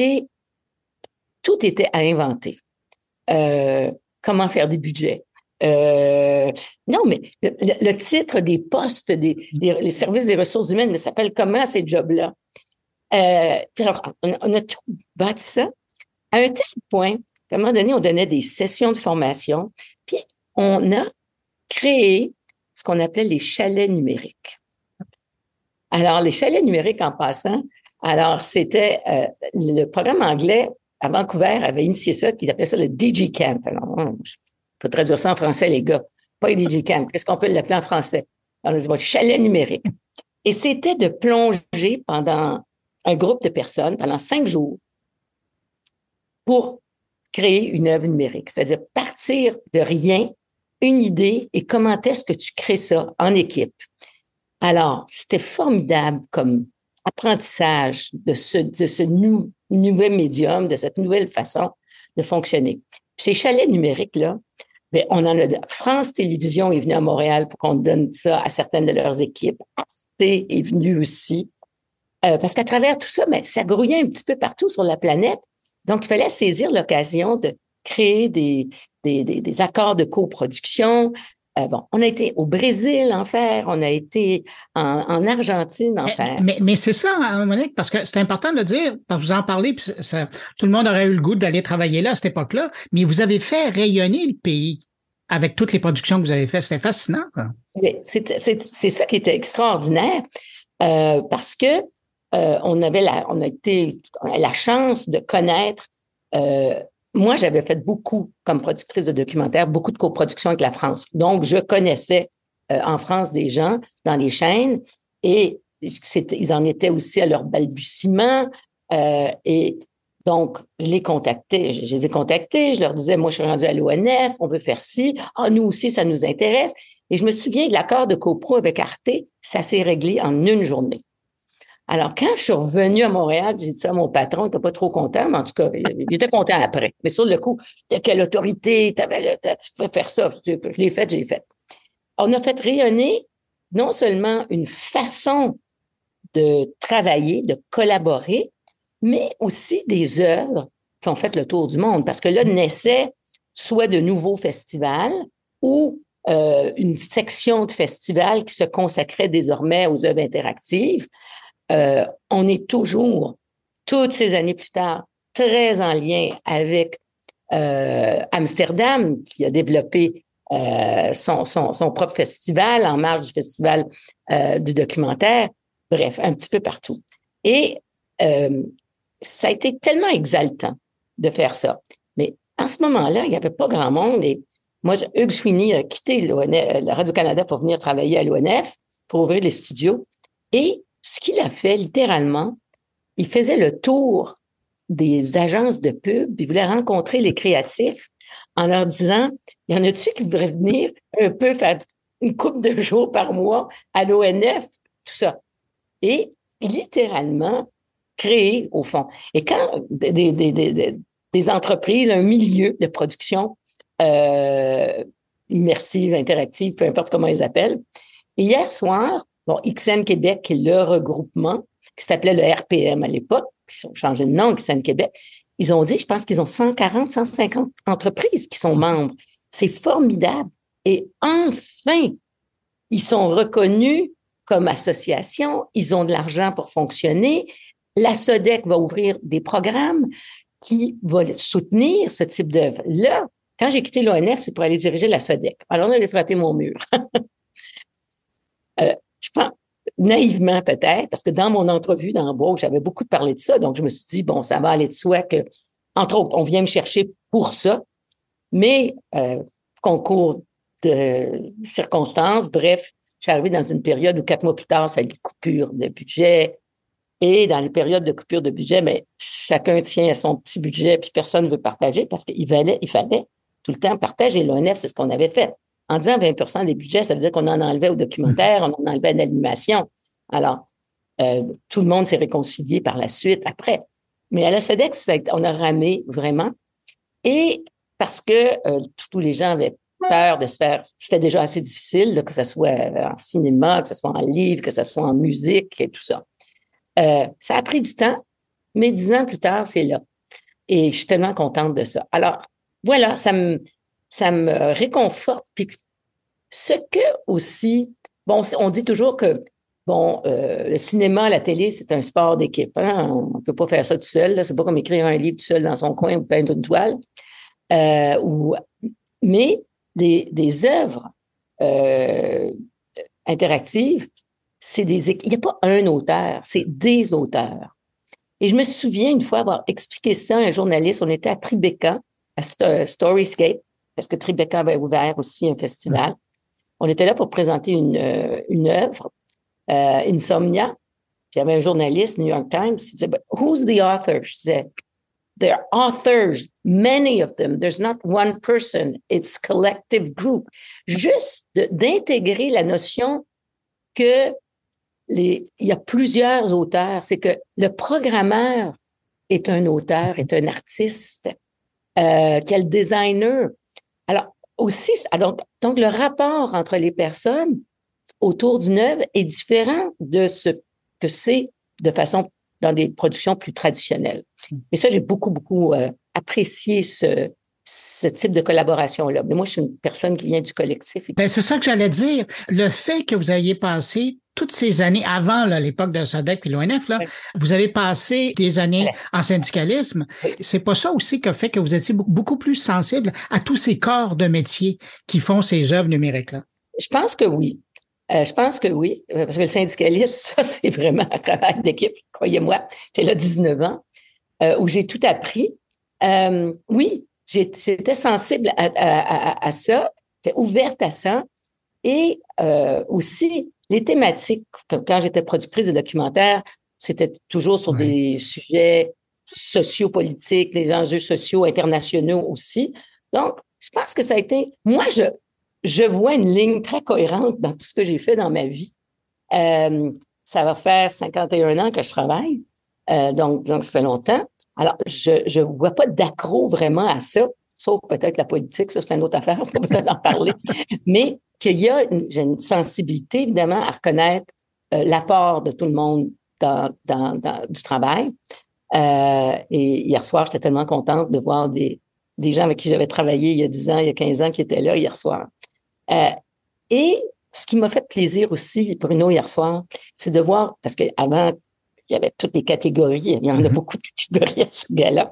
Speaker 9: tout était à inventer. Comment faire des budgets? Non, mais le titre des postes, les services des ressources humaines, mais ça s'appelle comment ces jobs-là? Alors, on a tout bâti ça à un tel point qu'à un moment donné, on donnait des sessions de formation, puis on a créé ce qu'on appelait les chalets numériques. Alors, les chalets numériques, en passant, alors c'était le programme anglais à Vancouver avait initié ça, qui appelait ça le DigiCamp. Alors, il faut traduire ça en français, les gars. Pas DigiCamp. Qu'est-ce qu'on peut l'appeler en français? Alors, on a dit, chalet numérique. Et c'était de plonger pendant un groupe de personnes, pendant 5 jours, pour créer une œuvre numérique. C'est-à-dire partir de rien, une idée, et comment est-ce que tu crées ça en équipe. Alors, c'était formidable comme apprentissage de ce nouvel médium, de cette nouvelle façon de fonctionner. Puis ces chalets numériques-là, bien, on en a. France Télévisions est venue à Montréal pour qu'on donne ça à certaines de leurs équipes. Arte est venue aussi. Parce qu'à travers tout ça, mais ça grouillait un petit peu partout sur la planète. Donc, il fallait saisir l'occasion de créer des accords de coproduction. On a été au Brésil en faire, on a été en Argentine en faire.
Speaker 1: Mais c'est ça, hein, Monique, parce que c'est important de le dire, parce que vous en parlez, puis tout le monde aurait eu le goût d'aller travailler là à cette époque-là, mais vous avez fait rayonner le pays avec toutes les productions que vous avez faites. C'était fascinant, quoi.
Speaker 9: C'est ça qui était extraordinaire, parce que on a la chance de connaître. Moi, j'avais fait beaucoup, comme productrice de documentaires, beaucoup de coproduction avec la France. Donc, je connaissais en France des gens dans les chaînes et ils en étaient aussi à leur balbutiement. Et donc, je les ai contactés, je leur disais, moi, je suis rendue à l'ONF, on veut faire ci. Ah, nous aussi, ça nous intéresse. Et je me souviens que l'accord de copro avec Arte, ça s'est réglé en une journée. Alors, quand je suis revenue à Montréal, j'ai dit ça à mon patron, il n'était pas trop content, mais en tout cas, il était content après. Mais sur le coup, de quelle autorité tu pouvais faire ça? Je l'ai fait. On a fait rayonner non seulement une façon de travailler, de collaborer, mais aussi des œuvres qui ont fait le tour du monde. Parce que là, naissaient soit de nouveaux festivals ou une section de festivals qui se consacrait désormais aux œuvres interactives. On est toujours, toutes ces années plus tard, très en lien avec Amsterdam, qui a développé son propre festival en marge du festival du documentaire. Bref, un petit peu partout. Et ça a été tellement exaltant de faire ça. Mais en ce moment-là, il n'y avait pas grand monde. Et moi, Hugues Sweeney a quitté la Radio-Canada pour venir travailler à l'ONF, pour ouvrir les studios. Et ce qu'il a fait, littéralement, il faisait le tour des agences de pub, il voulait rencontrer les créatifs en leur disant, il y en a-tu qui voudraient venir un peu faire une couple de jours par mois à l'ONF, tout ça. Et littéralement créer, au fond. Et quand des entreprises, un milieu de production immersive, interactive, peu importe comment ils appellent. Et hier soir, XN Québec, qui est le regroupement, qui s'appelait le RPM à l'époque, ils ont changé de nom, XN Québec, ils ont dit, je pense qu'ils ont 140, 150 entreprises qui sont membres. C'est formidable. Et enfin, ils sont reconnus comme association, ils ont de l'argent pour fonctionner. La SODEC va ouvrir des programmes qui vont soutenir ce type d'œuvre. Là, quand j'ai quitté l'ONF, c'est pour aller diriger la SODEC. Alors là, j'ai frappé mon mur. Je pense, naïvement peut-être, parce que dans mon entrevue d'embauche, j'avais beaucoup parlé de ça, donc je me suis dit, bon, ça va aller de soi que, entre autres, on vient me chercher pour ça, mais concours de circonstances, bref, je suis arrivée dans une période où 4 mois plus tard, ça a eu des coupures de budget, et dans les périodes de coupure de budget, mais chacun tient à son petit budget, puis personne ne veut partager, parce qu'il fallait tout le temps partager. L'ONF, c'est ce qu'on avait fait. En disant 20% des budgets, ça veut dire qu'on en enlevait au documentaire, on en enlevait à l'animation. Alors, tout le monde s'est réconcilié par la suite, après. Mais à la SODEC, on a ramé vraiment. Et parce que tous les gens avaient peur de se faire... C'était déjà assez difficile, là, que ce soit en cinéma, que ce soit en livre, que ce soit en musique et tout ça. Ça a pris du temps, mais 10 ans plus tard, c'est là. Et je suis tellement contente de ça. Alors, voilà, ça me réconforte. Puis ce que aussi, bon, on dit toujours que, bon, le cinéma, la télé, c'est un sport d'équipe. Hein? On ne peut pas faire ça tout seul. Là. C'est pas comme écrire un livre tout seul dans son coin ou peindre une toile. Mais des œuvres interactives, il n'y a pas un auteur, c'est des auteurs. Et je me souviens une fois avoir expliqué ça à un journaliste. On était à Tribeca, à Storyscape, parce que Tribeca avait ouvert aussi un festival. On était là pour présenter une œuvre, Insomnia. Puis il y avait un journaliste, New York Times, qui disait, "But who's the author?" Je disais, "There are authors, many of them. There's not one person. It's collective group." Juste d'intégrer la notion que il y a plusieurs auteurs. C'est que le programmeur est un auteur, est un artiste, quel designer. Alors, aussi, donc, le rapport entre les personnes autour d'une œuvre est différent de ce que c'est de façon dans des productions plus traditionnelles. Mais ça, j'ai beaucoup, beaucoup apprécié ce type de collaboration-là. Mais moi, je suis une personne qui vient du collectif.
Speaker 1: Ben, c'est ça que j'allais dire. Le fait que vous ayez passé toutes ces années, avant là, l'époque de SODEC puis l'ONF, là, vous avez passé des années en syndicalisme. C'est pas ça aussi qui a fait que vous étiez beaucoup plus sensible à tous ces corps de métier qui font ces œuvres numériques-là?
Speaker 9: Je pense que oui. Parce que le syndicalisme, ça, c'est vraiment un travail d'équipe, croyez-moi. J'étais là 19 ans, où j'ai tout appris. Oui, j'étais sensible à ça, j'étais ouverte à ça. Et aussi, les thématiques, quand j'étais productrice de documentaires, c'était toujours sur des sujets sociopolitiques, des enjeux sociaux internationaux aussi. Donc, je pense que ça a été... Moi, je vois une ligne très cohérente dans tout ce que j'ai fait dans ma vie. Ça va faire 51 ans que je travaille, donc ça fait longtemps. Alors, je vois pas d'accro vraiment à ça, sauf peut-être la politique, ça c'est une autre affaire, pas besoin d'en parler. Mais j'ai une sensibilité, évidemment, à reconnaître l'apport de tout le monde du travail. Et hier soir, j'étais tellement contente de voir des gens avec qui j'avais travaillé il y a 10 ans, il y a 15 ans, qui étaient là hier soir. Et ce qui m'a fait plaisir aussi, Bruno, hier soir, c'est de voir, parce qu'avant, il y avait toutes les catégories, il y en a beaucoup de catégories à ce gala.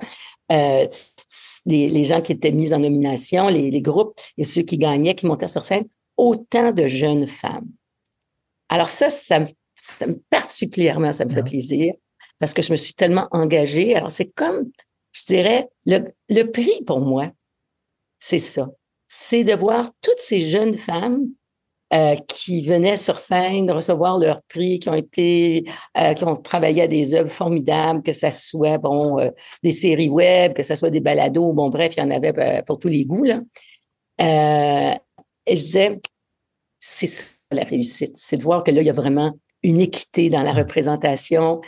Speaker 9: Les gens qui étaient mis en nomination, les groupes, et ceux qui gagnaient, qui montaient sur scène, autant de jeunes femmes. Alors particulièrement, ça me fait plaisir, parce que je me suis tellement engagée. Alors, c'est comme, je dirais, le prix pour moi, c'est ça. C'est de voir toutes ces jeunes femmes qui venaient sur scène recevoir leur prix, qui ont travaillé à des œuvres formidables, que ça soit, des séries web, que ça soit des balados, bref, il y en avait pour tous les goûts, là. Et je disais, c'est ça la réussite, c'est de voir que là, il y a vraiment une équité dans la représentation.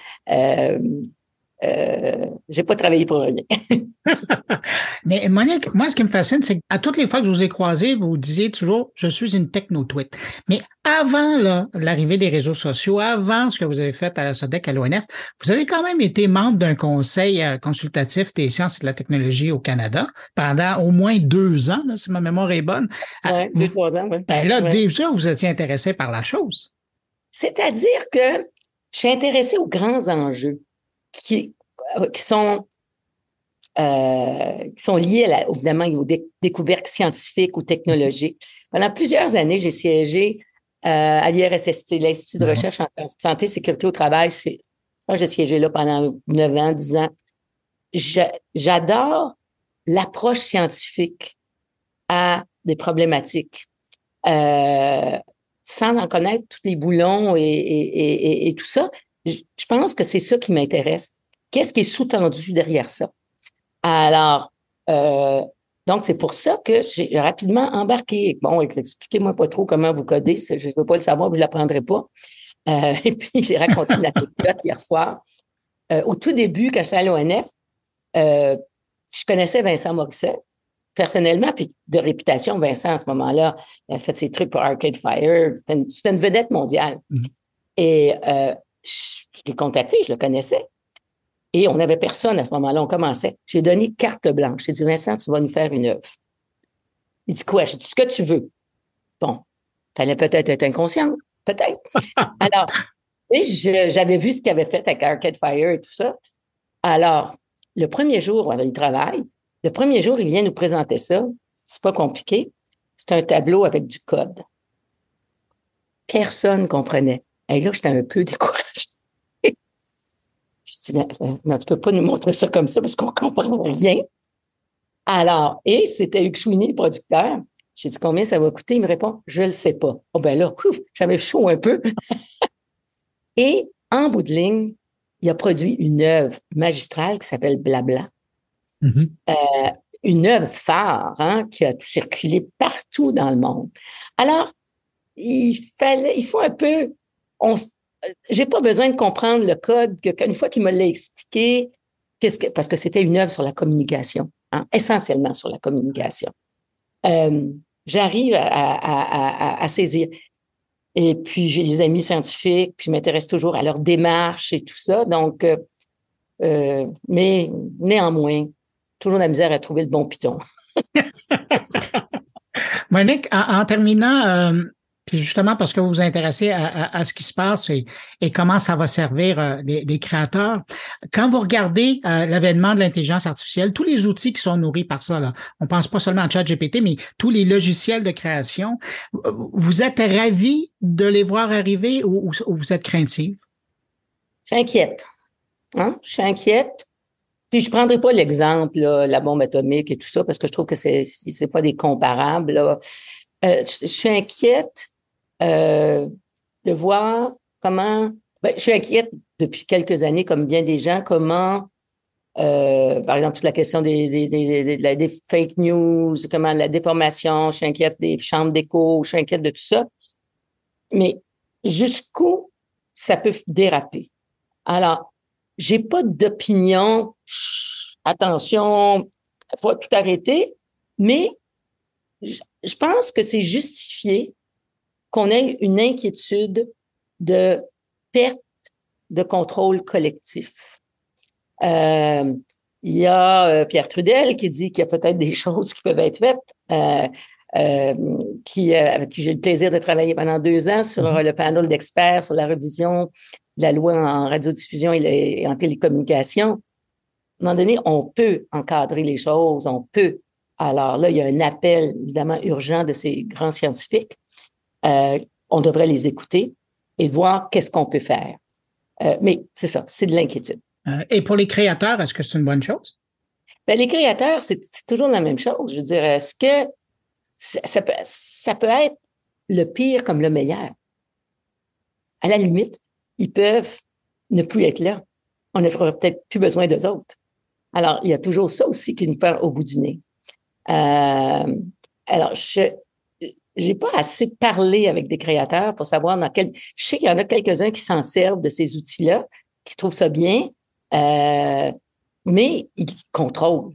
Speaker 9: J'ai pas travaillé pour rien.
Speaker 1: Mais Monique, moi, ce qui me fascine, c'est qu'à toutes les fois que je vous ai croisé, vous disiez toujours, je suis une techno-tweet. Mais avant l'arrivée des réseaux sociaux, avant ce que vous avez fait à la SODEC, à l'ONF, vous avez quand même été membre d'un conseil consultatif des sciences et de la technologie au Canada pendant au moins 2 ans, là, si ma mémoire est bonne.
Speaker 9: Oui, 2-3 ans, oui.
Speaker 1: Ben là, déjà, vous étiez intéressé par la chose.
Speaker 9: C'est-à-dire que je suis intéressée aux grands enjeux qui sont liés évidemment aux découvertes scientifiques ou technologiques. Pendant plusieurs années, j'ai siégé à l'IRSST, l'Institut de recherche en santé et sécurité au travail. Moi, j'ai siégé là pendant 9 ans, 10 ans. J'adore l'approche scientifique à des problématiques. Sans en connaître tous les boulons et tout ça, je pense que c'est ça qui m'intéresse. Qu'est-ce qui est sous-tendu derrière ça? Alors, donc, c'est pour ça que j'ai rapidement embarqué. Bon, expliquez-moi pas trop comment vous codez. Je ne veux pas le savoir, je ne l'apprendrai pas. Et puis, j'ai raconté une anecdote hier soir. Au tout début, quand j'étais à l'ONF, je connaissais Vincent Morissette personnellement, puis de réputation. Vincent, à ce moment-là, il a fait ses trucs pour Arcade Fire. C'était une vedette mondiale. Et je l'ai contacté, je le connaissais. Et on n'avait personne à ce moment-là, on commençait. J'ai donné carte blanche. J'ai dit, Vincent, tu vas nous faire une œuvre. Il dit quoi? J'ai dit, ce que tu veux. Bon, fallait peut-être être inconscient, peut-être. Alors, j'avais vu ce qu'il avait fait avec Arcade Fire et tout ça. Alors, le premier jour, il travaille. Le premier jour, il vient nous présenter ça. C'est pas compliqué. C'est un tableau avec du code. Personne ne comprenait. Et là, j'étais un peu découragée. Je dis, non, tu peux pas nous montrer ça comme ça parce qu'on comprend rien. Alors, et c'était Hugues Sweeney, le producteur. J'ai dit, combien ça va coûter? Il me répond, je le sais pas. Oh, ben là, j'avais chaud un peu. Et en bout de ligne, il a produit une œuvre magistrale qui s'appelle Blabla. Une œuvre phare, qui a circulé partout dans le monde. Alors, il faut un peu, j'ai pas besoin de comprendre le code qu'une fois qu'il me l'a expliqué, parce que c'était une œuvre sur la communication, essentiellement sur la communication. J'arrive à saisir. Et puis, j'ai des amis scientifiques, puis je m'intéresse toujours à leur démarche et tout ça. Donc, mais néanmoins, toujours de la misère à trouver le bon piton.
Speaker 1: Monique, en terminant, puis justement parce que vous vous intéressez à ce qui se passe et comment ça va servir les créateurs, quand vous regardez l'avènement de l'intelligence artificielle, tous les outils qui sont nourris par ça, là, on pense pas seulement à ChatGPT, mais tous les logiciels de création, vous êtes ravis de les voir arriver ou vous êtes craintive?
Speaker 9: Je suis inquiète. Je suis inquiète. Puis je prendrai pas l'exemple, là, la bombe atomique et tout ça, parce que je trouve que c'est pas des comparables, là. Je suis inquiète de voir comment... je suis inquiète depuis quelques années, comme bien des gens, comment, par exemple, toute la question des fake news, comment la déformation, je suis inquiète des chambres d'écho, je suis inquiète de tout ça. Mais jusqu'où ça peut déraper? Alors, j'ai pas d'opinion, attention, il faut tout arrêter, mais je pense que c'est justifié qu'on ait une inquiétude de perte de contrôle collectif. Il y a Pierre Trudel qui dit qu'il y a peut-être des choses qui peuvent être faites, avec qui j'ai eu le plaisir de travailler pendant 2 ans sur le panel d'experts sur la révision de la loi en radiodiffusion et en télécommunication. À un moment donné, on peut encadrer les choses, on peut. Alors là, il y a un appel évidemment urgent de ces grands scientifiques. On devrait les écouter et voir qu'est-ce qu'on peut faire. Mais c'est ça, c'est de l'inquiétude.
Speaker 1: Et pour les créateurs, est-ce que c'est une bonne chose?
Speaker 9: Les créateurs, c'est toujours la même chose. Je veux dire, est-ce que ça peut être le pire comme le meilleur. À la limite, ils peuvent ne plus être là. On n'aura peut-être plus besoin d'eux autres. Alors, il y a toujours ça aussi qui nous perd au bout du nez. Alors, je n'ai pas assez parlé avec des créateurs pour savoir dans quel... Je sais qu'il y en a quelques-uns qui s'en servent de ces outils-là, qui trouvent ça bien, mais ils contrôlent.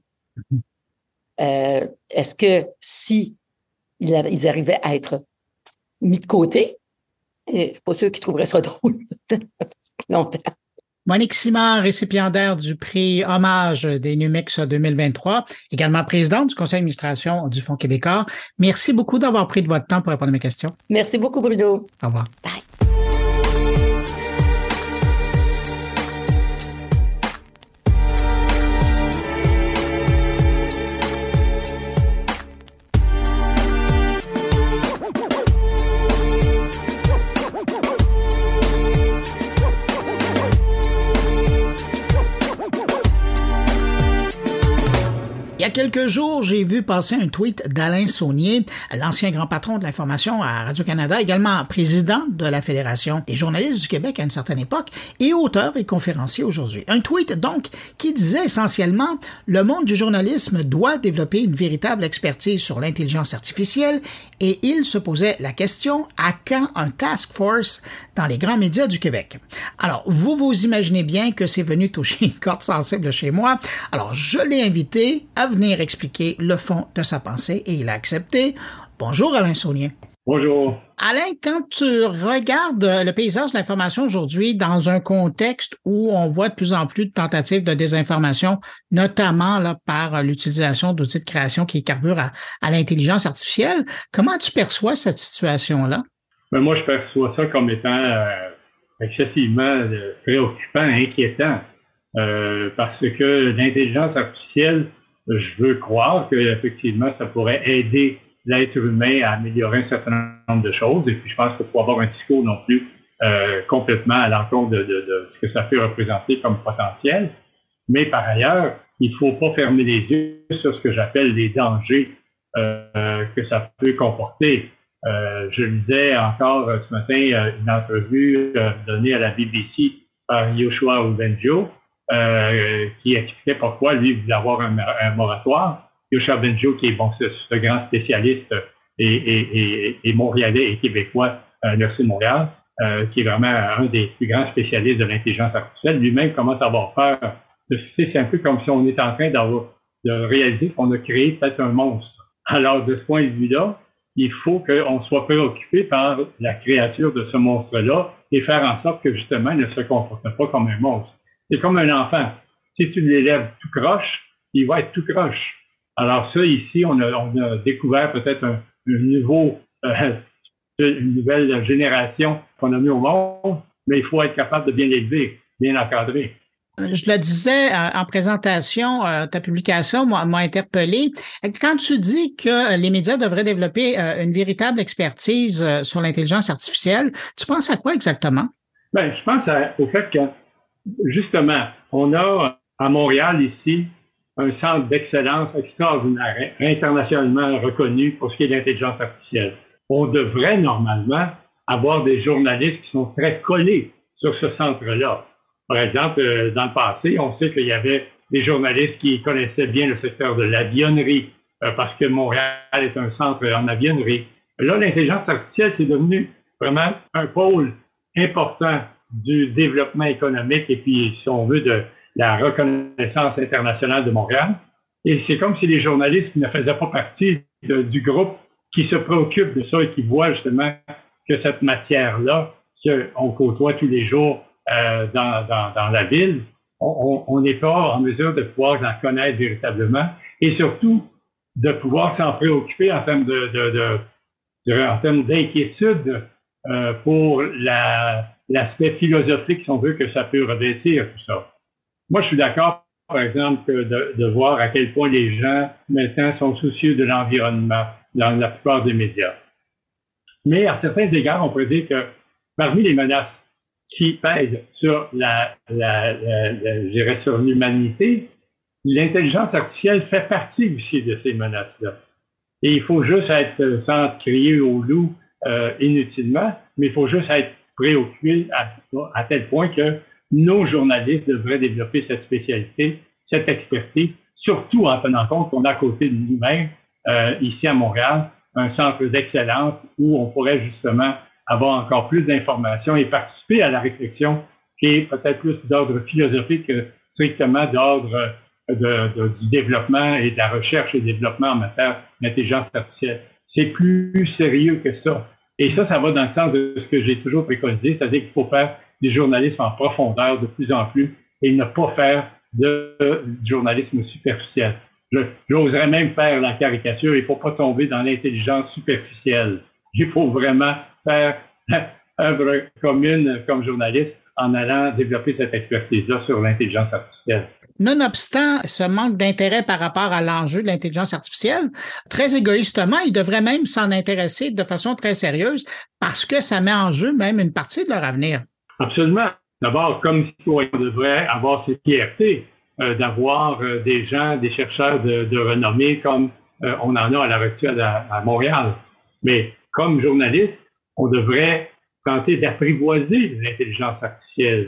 Speaker 9: Est-ce que si ils arrivaient à être mis de côté, je ne suis pas sûr qu'ils trouveraient ça drôle longtemps.
Speaker 1: Monique Simard, récipiendaire du prix Hommage des Numix 2023, également présidente du conseil d'administration du Fonds québécois. Merci beaucoup d'avoir pris de votre temps pour répondre à mes questions.
Speaker 9: Merci beaucoup, Bruno.
Speaker 1: Au revoir.
Speaker 9: Bye.
Speaker 1: Il y a quelques jours, j'ai vu passer un tweet d'Alain Saunier, l'ancien grand patron de l'information à Radio-Canada, également président de la Fédération des journalistes du Québec à une certaine époque et auteur et conférencier aujourd'hui. Un tweet donc qui disait essentiellement « Le monde du journalisme doit développer une véritable expertise sur l'intelligence artificielle » et il se posait la question « À quand un task force dans les grands médias du Québec ?» Alors, vous imaginez bien que c'est venu toucher une corde sensible chez moi. Alors, je l'ai invité à venir expliquer le fond de sa pensée et il a accepté. Bonjour Alain Saunier.
Speaker 10: Bonjour.
Speaker 1: Alain, quand tu regardes le paysage de l'information aujourd'hui dans un contexte où on voit de plus en plus de tentatives de désinformation, notamment là, par l'utilisation d'outils de création qui carburent à l'intelligence artificielle, comment tu perçois cette situation-là?
Speaker 10: Ben moi, je perçois ça comme étant excessivement préoccupant, inquiétant, parce que l'intelligence artificielle, je veux croire qu'effectivement, ça pourrait aider l'être humain à améliorer un certain nombre de choses. Et puis, je pense qu'il faut avoir un discours non plus complètement à l'encontre de ce que ça peut représenter comme potentiel. Mais par ailleurs, il ne faut pas fermer les yeux sur ce que j'appelle les dangers que ça peut comporter. Je lisais encore ce matin une entrevue donnée à la BBC par Yoshua Bengio qui expliquait pourquoi lui voulait avoir un moratoire. Yoshua Bengio, qui est ce grand spécialiste et montréalais et québécois à l'Université de Montréal, qui est vraiment un des plus grands spécialistes de l'intelligence artificielle, lui-même commence à avoir peur. C'est un peu comme si on est en train de réaliser qu'on a créé peut-être un monstre. Alors, de ce point de vue-là, il faut qu'on soit préoccupé par la créature de ce monstre-là et faire en sorte que, justement, il ne se comporte pas comme un monstre. C'est comme un enfant. Si tu l'élèves tout croche, il va être tout croche. Alors ça, ici, on a découvert peut-être une nouvelle génération qu'on a mis au monde, mais il faut être capable de bien l'élever, bien l'encadrer.
Speaker 1: Je le disais en présentation, ta publication m'a interpellé. Quand tu dis que les médias devraient développer une véritable expertise sur l'intelligence artificielle, tu penses à quoi exactement?
Speaker 10: Ben, je pense au fait que, justement, on a à Montréal ici un centre d'excellence extraordinaire, internationalement reconnu pour ce qui est de l'intelligence artificielle. On devrait normalement avoir des journalistes qui sont très collés sur ce centre-là. Par exemple, dans le passé, on sait qu'il y avait des journalistes qui connaissaient bien le secteur de l'avionnerie, parce que Montréal est un centre en avionnerie. Là, l'intelligence artificielle, c'est devenu vraiment un pôle important du développement économique et puis, si on veut, de la reconnaissance internationale de Montréal. Et c'est comme si les journalistes ne faisaient pas partie du groupe qui se préoccupe de ça et qui voit justement que cette matière-là, qu'on côtoie tous les jours dans la ville, on n'est pas en mesure de pouvoir en connaître véritablement et surtout de pouvoir s'en préoccuper en termes en termes d'inquiétude pour l'aspect philosophique, si on veut, que ça peut revêtir tout ça. Moi, je suis d'accord, par exemple, de voir à quel point les gens, maintenant, sont soucieux de l'environnement dans la plupart des médias. Mais à certains égards, on peut dire que parmi les menaces qui pèsent sur je dirais sur l'humanité, l'intelligence artificielle fait partie aussi de ces menaces-là. Et il faut juste sans crier au loup, inutilement, mais il faut juste être préoccupé à tel point que nos journalistes devraient développer cette spécialité, cette expertise, surtout en tenant compte qu'on a à côté de nous-mêmes, ici à Montréal, un centre d'excellence où on pourrait justement avoir encore plus d'informations et participer à la réflexion qui est peut-être plus d'ordre philosophique que strictement d'ordre du développement et de la recherche et développement en matière d'intelligence artificielle. C'est plus sérieux que ça. Et ça va dans le sens de ce que j'ai toujours préconisé, c'est-à-dire qu'il faut faire du journalisme en profondeur de plus en plus et ne pas faire du journalisme superficiel. J'oserais même faire la caricature, il ne faut pas tomber dans l'intelligence superficielle. Il faut vraiment faire œuvre commune comme journaliste en allant développer cette expertise-là sur l'intelligence artificielle.
Speaker 1: Nonobstant ce manque d'intérêt par rapport à l'enjeu de l'intelligence artificielle, très égoïstement, ils devraient même s'en intéresser de façon très sérieuse parce que ça met en jeu même une partie de leur avenir.
Speaker 10: Absolument. D'abord, comme citoyen, on devrait avoir cette fierté d'avoir des gens, des chercheurs de renommée comme on en a à l'heure actuelle à Montréal. Mais comme journaliste, on devrait tenter d'apprivoiser l'intelligence artificielle,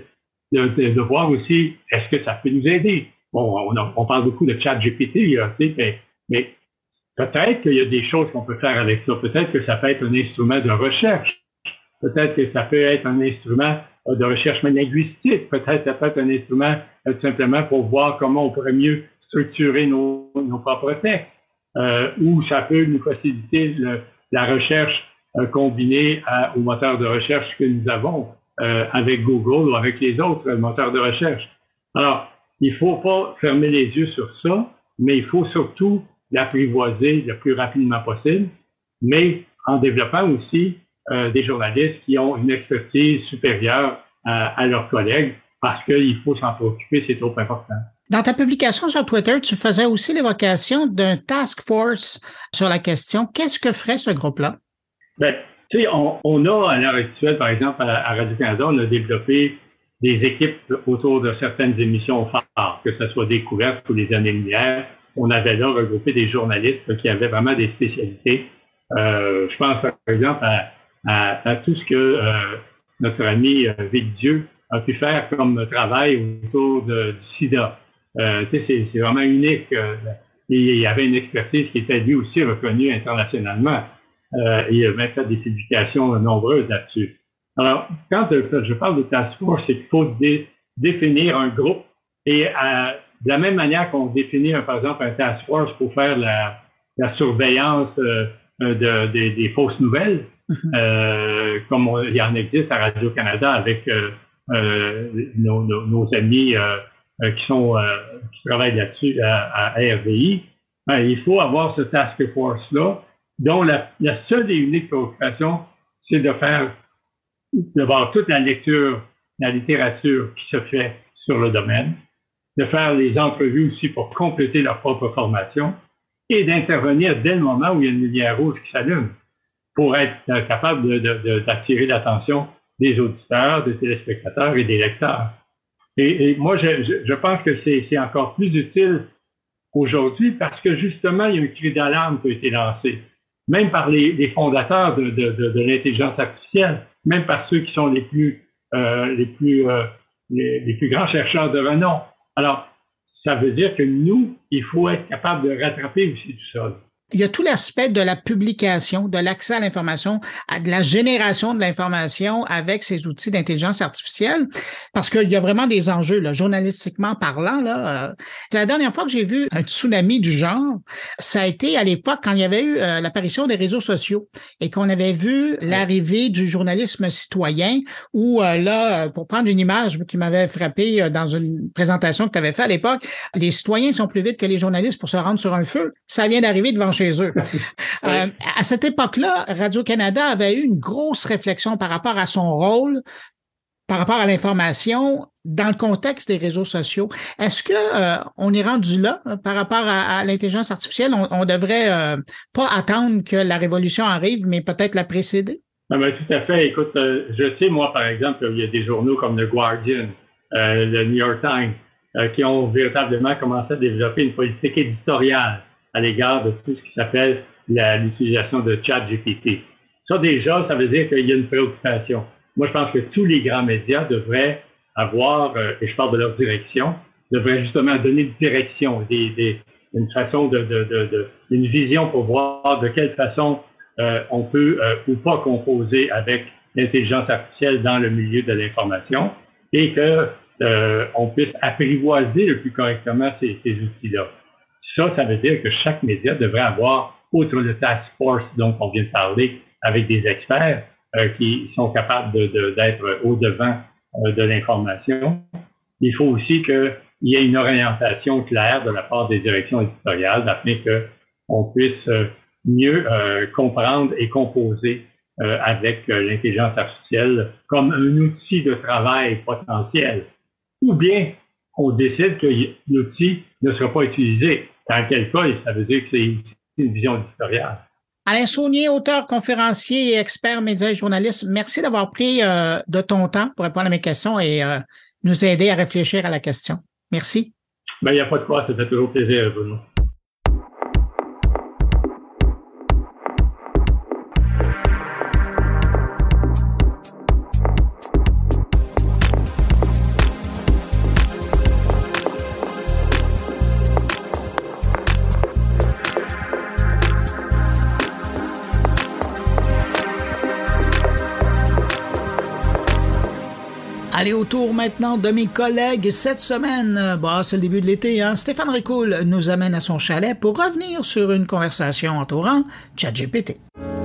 Speaker 10: de voir aussi est-ce que ça peut nous aider. Bon, on parle beaucoup de ChatGPT, mais peut-être qu'il y a des choses qu'on peut faire avec ça. Peut-être que ça peut être un instrument de recherche. Peut-être que ça peut être un instrument de recherche linguistique. Peut-être que ça peut être un instrument tout simplement pour voir comment on pourrait mieux structurer nos propres textes. Ou ça peut nous faciliter la recherche combinée au moteur de recherche que nous avons avec Google ou avec les autres moteurs de recherche. Alors, il ne faut pas fermer les yeux sur ça, mais il faut surtout l'apprivoiser le plus rapidement possible, mais en développant aussi des journalistes qui ont une expertise supérieure à leurs collègues, parce qu'il faut s'en préoccuper, c'est trop important.
Speaker 1: Dans ta publication sur Twitter, tu faisais aussi l'évocation d'un task force sur la question. Qu'est-ce que ferait ce groupe-là?
Speaker 10: Ben, tu sais, on a à l'heure actuelle, par exemple, à Radio-Canada, on a développé des équipes autour de certaines émissions phares, que ce soit Découverte ou Les Années-Lumière. On avait là regroupé des journalistes qui avaient vraiment des spécialités. Je pense, par exemple, à tout ce que notre ami Villedieu a pu faire comme travail autour du sida. Tu sais, c'est vraiment unique. Il y avait une expertise qui était lui aussi reconnue internationalement. Il a même fait des publications nombreuses là-dessus. Alors, quand je parle de task force, c'est qu'il faut définir un groupe et de la même manière qu'on définit, par exemple, un task force pour faire la surveillance des fausses nouvelles, comme il y en existe à Radio-Canada avec nos amis qui travaillent là-dessus à RDI, il faut avoir ce task force-là dont la seule et unique préoccupation, c'est de voir toute la lecture, la littérature qui se fait sur le domaine, de faire les entrevues aussi pour compléter leur propre formation et d'intervenir dès le moment où il y a une lumière rouge qui s'allume pour être capable d'attirer l'attention des auditeurs, des téléspectateurs et des lecteurs. Et moi, je pense que c'est encore plus utile aujourd'hui parce que justement, il y a un cri d'alarme qui a été lancé, même par les fondateurs de l'intelligence artificielle, même par ceux qui sont les plus grands chercheurs de renom. Alors, ça veut dire que nous, il faut être capable de rattraper aussi tout ça.
Speaker 1: Il y a tout l'aspect de la publication, de l'accès à l'information, de la génération de l'information avec ces outils d'intelligence artificielle, parce qu'il y a vraiment des enjeux, là, journalistiquement parlant. La dernière fois que j'ai vu un tsunami du genre, ça a été à l'époque quand il y avait eu l'apparition des réseaux sociaux et qu'on avait vu l'arrivée du journalisme citoyen où, pour prendre une image qui m'avait frappé dans une présentation que tu avais fait à l'époque, les citoyens sont plus vite que les journalistes pour se rendre sur un feu. Ça vient d'arriver devant chez eux. À cette époque-là, Radio-Canada avait eu une grosse réflexion par rapport à son rôle, par rapport à l'information dans le contexte des réseaux sociaux. Est-ce que on est rendu là par rapport à l'intelligence artificielle? On devrait pas attendre que la révolution arrive, mais peut-être la précéder?
Speaker 10: Ah ben, tout à fait. Écoute, je sais, moi, par exemple, il y a des journaux comme le Guardian, le New York Times, qui ont véritablement commencé à développer une politique éditoriale à l'égard de tout ce qui s'appelle l'utilisation de ChatGPT. Ça, déjà, ça veut dire qu'il y a une préoccupation. Moi, je pense que tous les grands médias devraient avoir, et je parle de leur direction, devraient justement donner une direction, une façon une vision pour voir de quelle façon on peut ou pas composer avec l'intelligence artificielle dans le milieu de l'information et que on puisse apprivoiser le plus correctement ces outils-là. Ça veut dire que chaque média devrait avoir, outre le task force dont on vient de parler, avec des experts qui sont capables d'être au-devant de l'information. Il faut aussi qu'il y ait une orientation claire de la part des directions éditoriales afin qu'on puisse mieux comprendre et composer avec l'intelligence artificielle comme un outil de travail potentiel. Ou bien on décide que l'outil ne sera pas utilisé. Dans quel cas, ça veut dire que c'est une vision éditoriale.
Speaker 1: Alain Saunier, auteur, conférencier et expert média et journaliste, merci d'avoir pris de ton temps pour répondre à mes questions et nous aider à réfléchir à la question. Merci.
Speaker 10: Il n'y a pas de quoi, ça fait toujours plaisir, Bruno.
Speaker 1: Allez, au tour maintenant de mes collègues. Cette semaine, c'est le début de l'été, hein? Stéphane Ricoul nous amène à son chalet pour revenir sur une conversation entourant ChatGPT.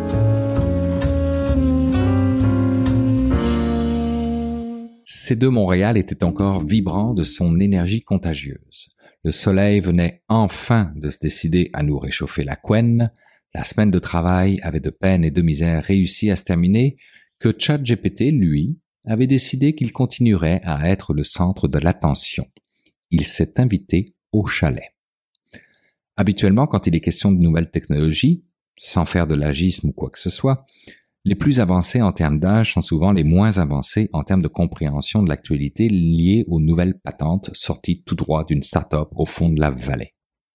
Speaker 11: C2 Montréal était encore vibrant de son énergie contagieuse. Le soleil venait enfin de se décider à nous réchauffer la couenne. La semaine de travail avait de peine et de misère réussi à se terminer que ChatGPT, lui, avait décidé qu'il continuerait à être le centre de l'attention. Il s'est invité au chalet. Habituellement, quand il est question de nouvelles technologies, sans faire de l'agisme ou quoi que ce soit, les plus avancés en termes d'âge sont souvent les moins avancés en termes de compréhension de l'actualité liée aux nouvelles patentes sorties tout droit d'une start-up au fond de la vallée.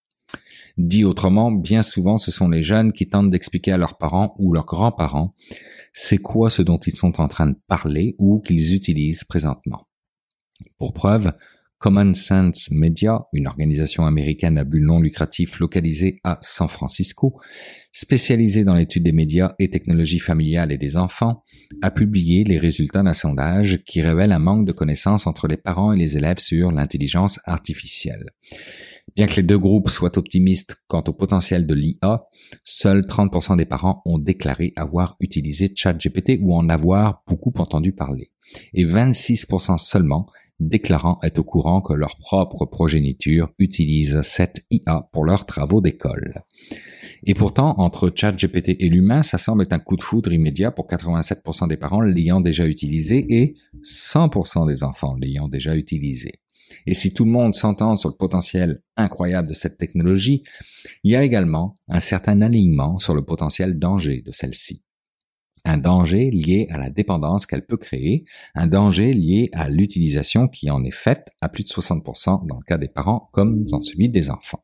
Speaker 11: Dit autrement, bien souvent ce sont les jeunes qui tentent d'expliquer à leurs parents ou leurs grands-parents c'est quoi ce dont ils sont en train de parler ou qu'ils utilisent présentement. Pour preuve, Common Sense Media, une organisation américaine à but non lucratif localisée à San Francisco, spécialisée dans l'étude des médias et technologies familiales et des enfants, a publié les résultats d'un sondage qui révèle un manque de connaissances entre les parents et les élèves sur l'intelligence artificielle. Bien que les deux groupes soient optimistes quant au potentiel de l'IA, seuls 30% des parents ont déclaré avoir utilisé ChatGPT ou en avoir beaucoup entendu parler, et 26% seulement déclarant être au courant que leur propre progéniture utilise cette IA pour leurs travaux d'école. Et pourtant, entre ChatGPT et l'humain, ça semble être un coup de foudre immédiat pour 87% des parents l'ayant déjà utilisé et 100% des enfants l'ayant déjà utilisé. Et si tout le monde s'entend sur le potentiel incroyable de cette technologie, il y a également un certain alignement sur le potentiel danger de celle-ci. Un danger lié à la dépendance qu'elle peut créer, un danger lié à l'utilisation qui en est faite à plus de 60% dans le cas des parents comme dans celui des enfants.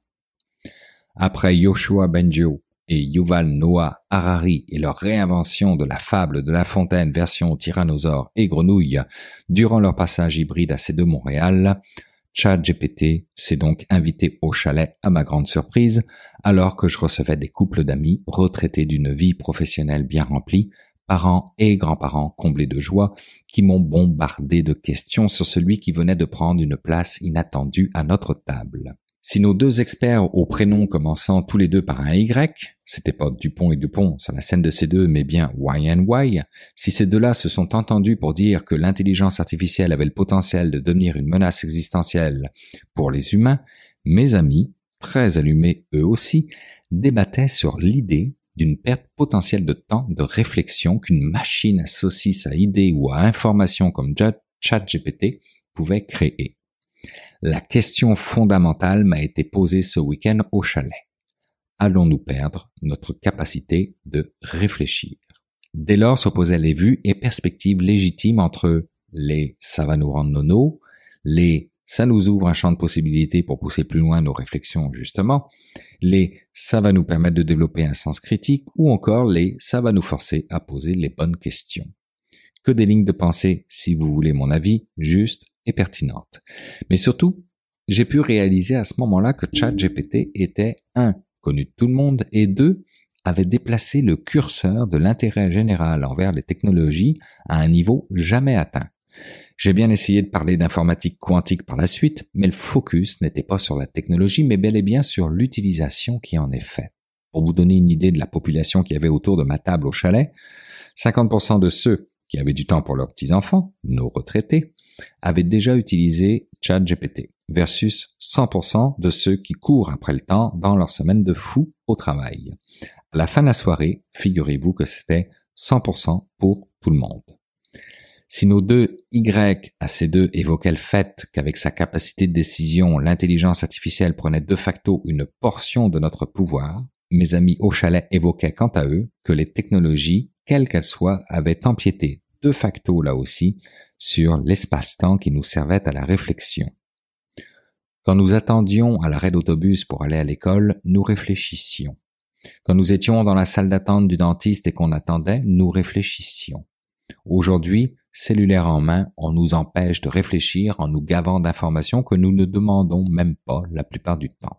Speaker 11: Après Yoshua Bengio et Yuval Noah Harari et leur réinvention de la fable de La Fontaine version tyrannosaure et grenouille durant leur passage hybride à C2 Montréal, ChatGPT s'est donc invité au chalet à ma grande surprise, alors que je recevais des couples d'amis retraités d'une vie professionnelle bien remplie, parents et grands-parents comblés de joie, qui m'ont bombardé de questions sur celui qui venait de prendre une place inattendue à notre table. Si nos deux experts aux prénoms commençant tous les deux par un Y, c'était pas Dupont et Dupont sur la scène de ces deux, mais bien Y&Y, si ces deux-là se sont entendus pour dire que l'intelligence artificielle avait le potentiel de devenir une menace existentielle pour les humains, mes amis, très allumés eux aussi, débattaient sur l'idée d'une perte potentielle de temps de réflexion qu'une machine à saucisses à idées ou à informations comme ChatGPT pouvait créer. La question fondamentale m'a été posée ce week-end au chalet. Allons-nous perdre notre capacité de réfléchir? Dès lors s'opposaient les vues et perspectives légitimes entre les « ça va nous rendre nono », les ça nous ouvre un champ de possibilités pour pousser plus loin nos réflexions, justement. Les ça va nous permettre de développer un sens critique, ou encore les ça va nous forcer à poser les bonnes questions. Que des lignes de pensée, si vous voulez mon avis, justes et pertinentes. Mais surtout, j'ai pu réaliser à ce moment-là que ChatGPT était 1. Connu de tout le monde, et 2. avait déplacé le curseur de l'intérêt général envers les technologies à un niveau jamais atteint. J'ai bien essayé de parler d'informatique quantique par la suite, mais le focus n'était pas sur la technologie, mais bel et bien sur l'utilisation qui en est faite. Pour vous donner une idée de la population qu'il y avait autour de ma table au chalet, 50% de ceux qui avaient du temps pour leurs petits-enfants, nos retraités, avaient déjà utilisé ChatGPT, versus 100% de ceux qui courent après le temps dans leur semaine de fou au travail. À la fin de la soirée, figurez-vous que c'était 100% pour tout le monde. Si nos deux Y à ces deux évoquaient le fait qu'avec sa capacité de décision, l'intelligence artificielle prenait de facto une portion de notre pouvoir, mes amis au chalet évoquaient quant à eux que les technologies, quelles qu'elles soient, avaient empiété de facto là aussi sur l'espace-temps qui nous servait à la réflexion. Quand nous attendions à l'arrêt d'autobus pour aller à l'école, nous réfléchissions. Quand nous étions dans la salle d'attente du dentiste et qu'on attendait, nous réfléchissions. Aujourd'hui, cellulaire en main, on nous empêche de réfléchir en nous gavant d'informations que nous ne demandons même pas la plupart du temps.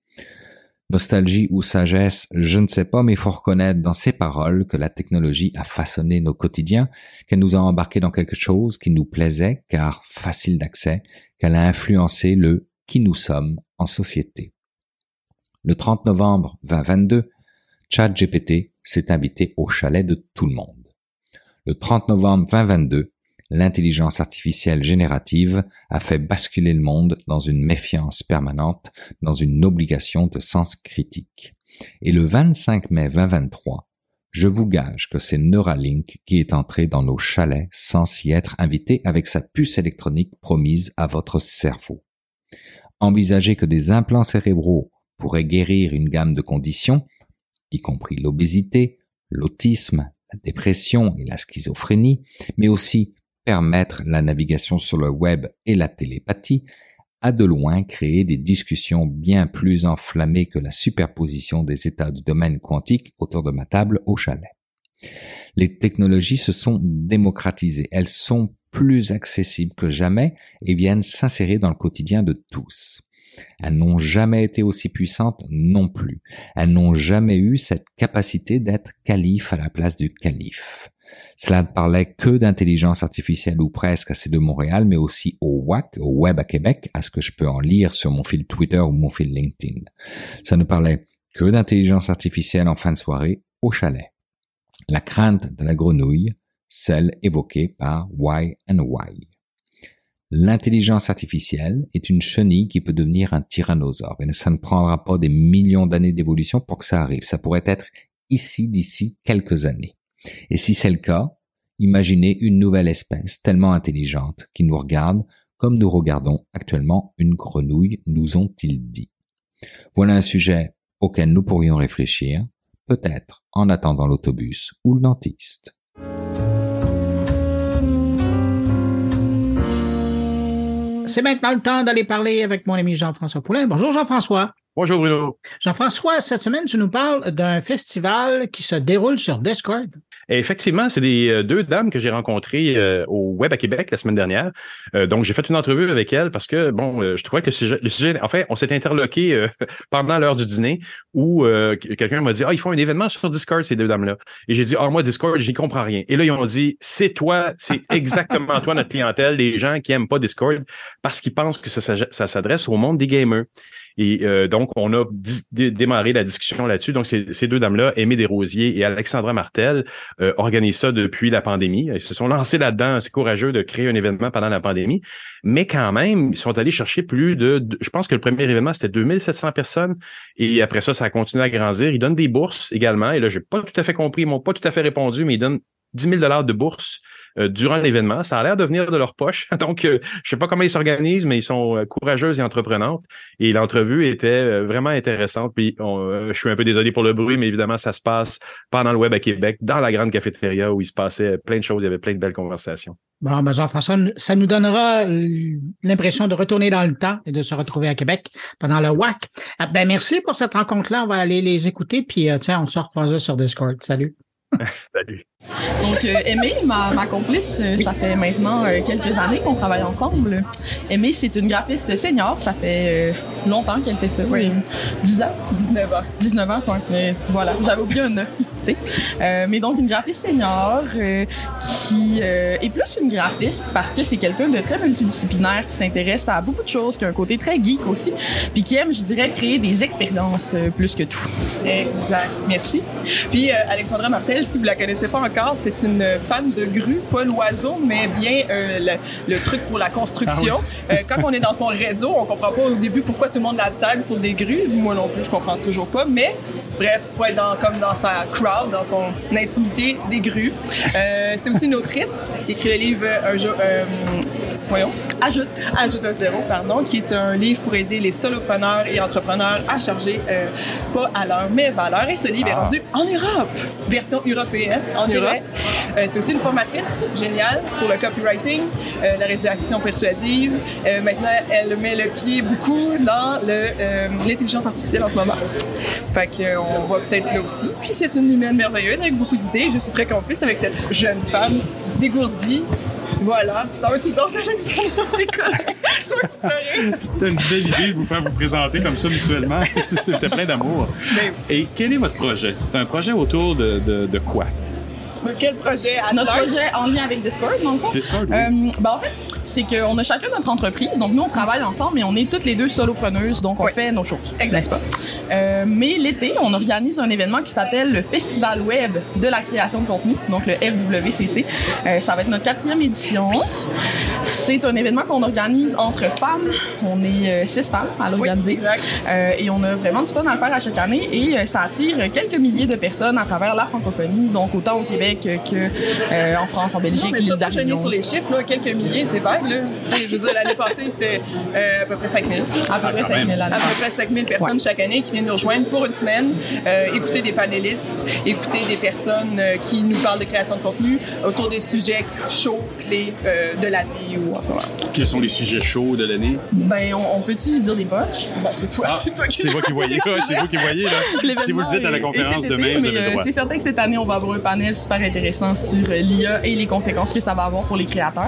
Speaker 11: Nostalgie ou sagesse, je ne sais pas, mais il faut reconnaître dans ces paroles que la technologie a façonné nos quotidiens, qu'elle nous a embarqués dans quelque chose qui nous plaisait, car facile d'accès, qu'elle a influencé le qui nous sommes en société. Le 30 novembre 2022, ChatGPT s'est invité au chalet de tout le monde. Le 30 novembre 2022, l'intelligence artificielle générative a fait basculer le monde dans une méfiance permanente, dans une obligation de sens critique. Et le 25 mai 2023, je vous gage que c'est Neuralink qui est entré dans nos chalets sans s'y être invité avec sa puce électronique promise à votre cerveau. Envisagez que des implants cérébraux pourraient guérir une gamme de conditions, y compris l'obésité, l'autisme, la dépression et la schizophrénie, mais aussi permettre la navigation sur le web et la télépathie, a de loin créé des discussions bien plus enflammées que la superposition des états du domaine quantique autour de ma table au chalet. Les technologies se sont démocratisées, elles sont plus accessibles que jamais et viennent s'insérer dans le quotidien de tous. Elles n'ont jamais été aussi puissantes non plus. Elles n'ont jamais eu cette capacité d'être calife à la place du calife. Cela ne parlait que d'intelligence artificielle ou presque à ces de Montréal, mais aussi au WAC, au Web à Québec, à ce que je peux en lire sur mon fil Twitter ou mon fil LinkedIn. Ça ne parlait que d'intelligence artificielle en fin de soirée au chalet. La crainte de la grenouille, celle évoquée par Y&Y. L'intelligence artificielle est une chenille qui peut devenir un tyrannosaure et ça ne prendra pas des millions d'années d'évolution pour que ça arrive. Ça pourrait être ici d'ici quelques années. Et si c'est le cas, imaginez une nouvelle espèce tellement intelligente qui nous regarde comme nous regardons actuellement une grenouille, nous ont-ils dit. Voilà un sujet auquel nous pourrions réfléchir, peut-être en attendant l'autobus ou le dentiste.
Speaker 1: C'est maintenant le temps d'aller parler avec mon ami Jean-François Poulin. Bonjour Jean-François.
Speaker 12: Bonjour Bruno.
Speaker 1: Jean-François, cette semaine, tu nous parles d'un festival qui se déroule sur Discord.
Speaker 12: Et effectivement, c'est des deux dames que j'ai rencontrées au Web à Québec la semaine dernière. Donc, j'ai fait une entrevue avec elles parce que, je trouvais que le sujet, en fait, on s'est interloqué pendant l'heure du dîner où quelqu'un m'a dit « Ah, ils font un événement sur Discord, ces deux dames-là. » Et j'ai dit « Ah, moi, Discord, j'y comprends rien. » Et là, ils ont dit « C'est toi, c'est exactement toi, notre clientèle, les gens qui aiment pas Discord parce qu'ils pensent que ça s'adresse au monde des gamers. » Et donc, on a démarré la discussion là-dessus. Donc, ces deux dames-là, Aimée Desrosiers et Alexandra Martel, organisent ça depuis la pandémie. Ils se sont lancés là-dedans. C'est courageux de créer un événement pendant la pandémie. Mais quand même, ils sont allés chercher plus de je pense que le premier événement, c'était 2700 personnes. Et après ça, ça a continué à grandir. Ils donnent des bourses également. Et là, j'ai pas tout à fait compris. Ils m'ont pas tout à fait répondu, mais ils donnent 10 000 $ de bourse durant l'événement. Ça a l'air de venir de leur poche. Donc, je sais pas comment ils s'organisent, mais ils sont courageuses et entreprenantes. Et l'entrevue était vraiment intéressante. Puis, je suis un peu désolé pour le bruit, mais évidemment, ça se passe pendant le Web à Québec, dans la grande cafétéria où il se passait plein de choses. Il y avait plein de belles conversations.
Speaker 1: Bon, ben Jean-François, ça nous donnera l'impression de retourner dans le temps et de se retrouver à Québec pendant le WAC. Ben merci pour cette rencontre-là. On va aller les écouter, puis tiens, on se recroise sur Discord. Salut.
Speaker 12: Salut.
Speaker 13: Donc, Aimée, ma complice, ça fait maintenant quelques années qu'on travaille ensemble. Aimée, c'est une graphiste senior. Ça fait longtemps qu'elle fait ça. Oui. 10 ans? 19 ans. 19 ans, voilà. J'avais oublié un 9, tu sais. Mais donc, une graphiste senior qui est plus une graphiste parce que c'est quelqu'un de très multidisciplinaire qui s'intéresse à beaucoup de choses, qui a un côté très geek aussi, puis qui aime, je dirais, créer des expériences plus que tout.
Speaker 14: Exact. Merci. Puis, Alexandra Martel, si vous la connaissez pas encore, c'est une fan de grue, pas l'oiseau, mais bien le truc pour la construction. Ah oui. Quand on est dans son réseau, on comprend pas au début pourquoi tout le monde la tag sur des grues. Moi non plus, je comprends toujours pas. Mais bref, faut être comme dans sa crowd, dans son intimité des grues. C'est aussi une autrice qui écrit le livre Ajoute un zéro, qui est un livre pour aider les solopreneurs et entrepreneurs à charger pas à l'heure, mais valeur. Et ce livre est rendu en Europe, version européenne en Europe. C'est aussi une formatrice géniale sur le copywriting, la rédaction persuasive. Maintenant, elle met le pied beaucoup dans l'intelligence artificielle en ce moment. Fait qu'on va peut-être là aussi. Puis c'est une humaine merveilleuse avec beaucoup d'idées. Je suis très complice avec cette jeune femme dégourdie. Voilà. C'est correct.
Speaker 15: C'était une belle idée de vous faire vous présenter comme ça mutuellement. C'était plein d'amour. Et quel est votre projet? C'est un projet autour de quoi?
Speaker 14: Quel projet?
Speaker 13: Notre projet en lien avec Discord, dans le fond.
Speaker 15: Discord, oui.
Speaker 13: En fait, c'est qu'on a chacun notre entreprise. Donc, nous, on travaille ensemble et on est toutes les deux solopreneuses. Donc, on fait nos choses.
Speaker 14: Exactement.
Speaker 13: Mais l'été, on organise un événement qui s'appelle le Festival Web de la création de contenu. Donc, le FWCC. Ça va être notre 4e édition. C'est un événement qu'on organise entre femmes. On est 6 femmes à l'organiser. Et on a vraiment du fun à le faire à chaque année. Et ça attire quelques milliers de personnes à travers la francophonie. Donc, autant au Québec qu'en France, en Belgique,
Speaker 14: l'île d'Avignon. Sur les chiffres, là, quelques milliers, c'est vague. Là. Je veux dire, l'année passée, c'était à peu près 5 000.
Speaker 13: À peu près 5 000.
Speaker 14: À peu près 5 000 personnes chaque année qui viennent nous rejoindre pour une semaine, écouter des panélistes, écouter des personnes qui nous parlent de création de contenu autour des sujets chauds, clés de l'année ou en ce moment.
Speaker 15: Quels sont les sujets chauds de l'année?
Speaker 13: Ben, on peut-tu dire des botches?
Speaker 14: Bon, c'est toi qui...
Speaker 15: C'est vous qui voyez. C'est vous qui voyez, là. Si vous le dites à la conférence demain, vous avez le droit.
Speaker 13: C'est certain que cette année, on va avoir un panel super intéressant sur l'IA et les conséquences que ça va avoir pour les créateurs.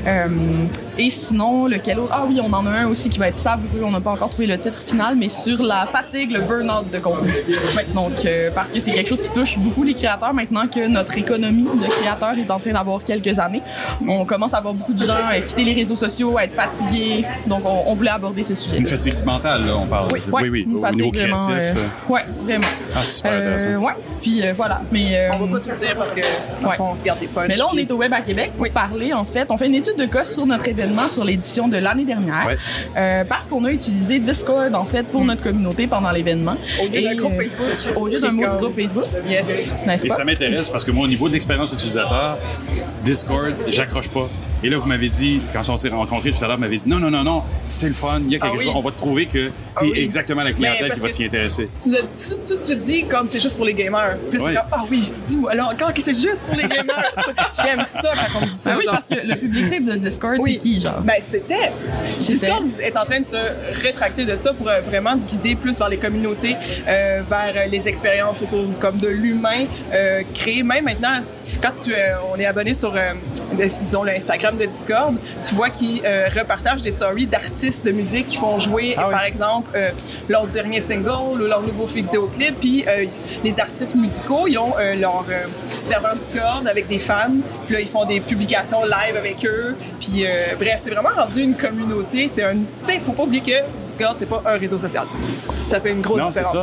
Speaker 13: Et sinon, lequel autre? Ah oui, on en a un aussi qui va être savoureux. On n'a pas encore trouvé le titre final, mais sur la fatigue, le burn-out de contenu. Donc, parce que c'est quelque chose qui touche beaucoup les créateurs maintenant que notre économie de créateurs est en train d'avoir quelques années. On commence à avoir beaucoup de gens à quitter les réseaux sociaux, à être fatigués. Donc, on voulait aborder ce sujet.
Speaker 15: Une fatigue mentale, là, on parle.
Speaker 13: Oui.
Speaker 15: Une au niveau créatif.
Speaker 13: Oui, vraiment.
Speaker 15: Ah, super intéressant.
Speaker 13: Oui, puis voilà. Mais,
Speaker 14: on va pas tout dire parce que on se garde des punchs.
Speaker 13: Mais là, on est au Web à Québec pour parler, en fait. On fait une étude de cas sur notre événement, sur l'édition de l'année dernière. Parce qu'on a utilisé Discord, en fait, pour notre communauté pendant l'événement.
Speaker 14: Au lieu d'un groupe Facebook.
Speaker 13: Au lieu d'un mot du groupe Facebook.
Speaker 14: Yes.
Speaker 15: Et ça m'intéresse parce que moi, au niveau de l'expérience utilisateur, Discord, j'accroche pas. Et là, vous m'avez dit, quand on s'est rencontrés tout à l'heure, vous m'avez dit non, c'est le fun, il y a quelque chose, on va te prouver que t'es exactement la clientèle qui va s'y intéresser.
Speaker 14: Tu nous as tout de suite dit comme c'est juste pour les gamers. Puis c'est comme, dis-moi alors encore que c'est juste pour les gamers. J'aime ça quand on dit ça.
Speaker 13: Oui, parce que le public cible de Discord, c'est qui, genre?
Speaker 14: Ben, c'était. Discord est en train de se rétracter de ça pour vraiment guider plus vers les communautés, vers les expériences autour comme de l'humain, créer même maintenant, quand on est abonné sur, disons, le Instagram de Discord, tu vois qu'ils repartagent des stories d'artistes de musique qui font jouer, par exemple, leur dernier single ou leur nouveau vidéoclip, puis les artistes musicaux, ils ont leur serveur Discord avec des fans, puis là, ils font des publications live avec eux, puis bref, c'est vraiment rendu une communauté, tu sais, il faut pas oublier que Discord, c'est pas un réseau social. Ça fait une grosse différence.
Speaker 15: Non, c'est ça.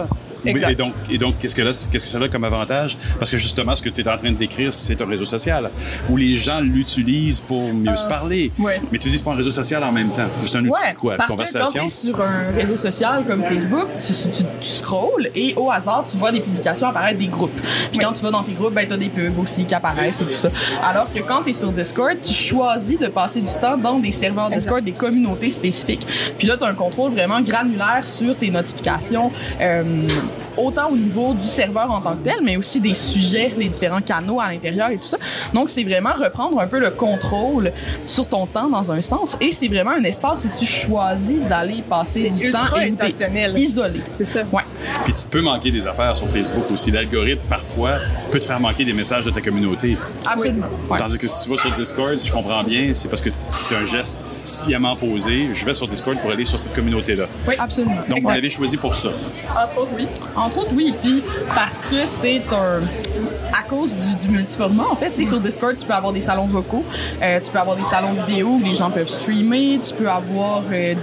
Speaker 14: Exact.
Speaker 15: Et donc qu'est-ce que ça a comme avantage? Parce que justement, ce que tu es en train de décrire, c'est un réseau social où les gens l'utilisent pour mieux se parler.
Speaker 14: Ouais.
Speaker 15: Mais tu dis, c'est pas un réseau social en même temps. C'est un outil de quoi? De conversation?
Speaker 13: Parce que quand tu es sur un réseau social comme Facebook, tu scrolls et au hasard, tu vois des publications apparaître des groupes. Puis quand tu vas dans tes groupes, ben, tu as des pubs aussi qui apparaissent et tout ça. Alors que quand tu es sur Discord, tu choisis de passer du temps dans des serveurs Discord, des communautés spécifiques. Puis là, tu as un contrôle vraiment granulaire sur tes notifications. Autant au niveau du serveur en tant que tel, mais aussi des sujets, les différents canaux à l'intérieur et tout ça. Donc, c'est vraiment reprendre un peu le contrôle sur ton temps dans un sens. Et c'est vraiment un espace où tu choisis d'aller passer du temps et où t'es isolé.
Speaker 14: C'est ça.
Speaker 13: Ouais.
Speaker 15: Puis tu peux manquer des affaires sur Facebook aussi. L'algorithme, parfois, peut te faire manquer des messages de ta communauté.
Speaker 13: Absolument. Ouais.
Speaker 15: Tandis que si tu vas sur Discord, si je comprends bien, c'est parce que c'est un geste sciemment posé. Je vais sur Discord pour aller sur cette communauté-là.
Speaker 13: Oui, absolument.
Speaker 15: Donc, vous l'avez choisi pour ça.
Speaker 14: Entre autres, oui.
Speaker 13: Entre autres, oui. Puis parce que c'est un... À cause du multiformat, en fait, sur Discord, tu peux avoir des salons vocaux, tu peux avoir des salons vidéo où les gens peuvent streamer, tu peux avoir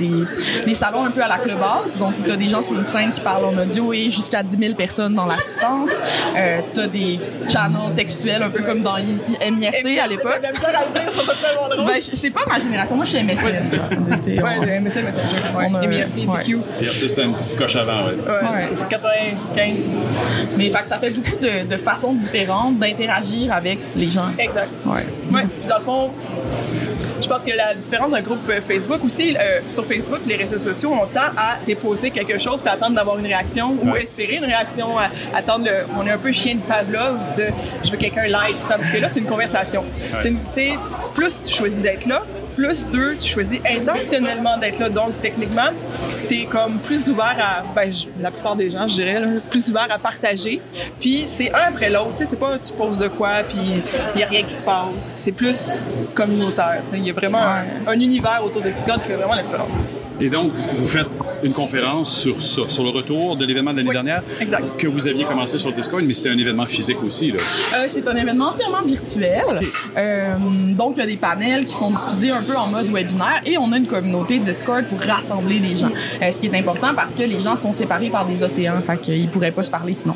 Speaker 13: des salons un peu à la Clubhouse, donc tu as des gens sur une scène qui parlent en audio et jusqu'à 10 000 personnes dans l'assistance. Tu as des channels textuels un peu comme dans MIRC à l'époque.
Speaker 14: Je trouve ça tellement drôle.
Speaker 13: Ben, c'est pas ma génération, moi je suis MSN.
Speaker 14: Ouais, MSN Messenger. MIRC, c'est cute.
Speaker 15: MIRC, c'était une petite coche avant, ouais.
Speaker 14: Ouais, 95.
Speaker 13: Mais fait que ça fait beaucoup de façons différentes d'interagir avec les gens.
Speaker 14: Exact.
Speaker 13: Ouais.
Speaker 14: Ouais. Dans le fond, je pense que la différence d'un groupe Facebook aussi, sur Facebook, les réseaux sociaux, on tend à déposer quelque chose puis attendre d'avoir une réaction ou espérer une réaction, attendre on est un peu chien de Pavlov de je veux quelqu'un live, tandis que là, c'est une conversation. Ouais. Plus tu choisis d'être là, plus deux, tu choisis intentionnellement d'être là. Donc, techniquement, t'es comme plus ouvert à, la plupart des gens, je dirais, là, plus ouvert à partager. Puis, c'est un après l'autre. Tu sais, c'est pas tu poses de quoi, puis il y a rien qui se passe. C'est plus communautaire. Il y a vraiment un univers autour de Discord qui fait vraiment la différence.
Speaker 15: Et donc, vous faites une conférence sur ça, sur le retour de l'événement de l'année dernière, que vous aviez commencé sur Discord, mais c'était un événement physique aussi, là. C'est un événement
Speaker 13: entièrement virtuel. Okay. Donc, il y a des panels qui sont diffusés un peu en mode webinaire et on a une communauté Discord pour rassembler les gens. Ce qui est important parce que les gens sont séparés par des océans, fait qu'ils pourraient pas se parler sinon.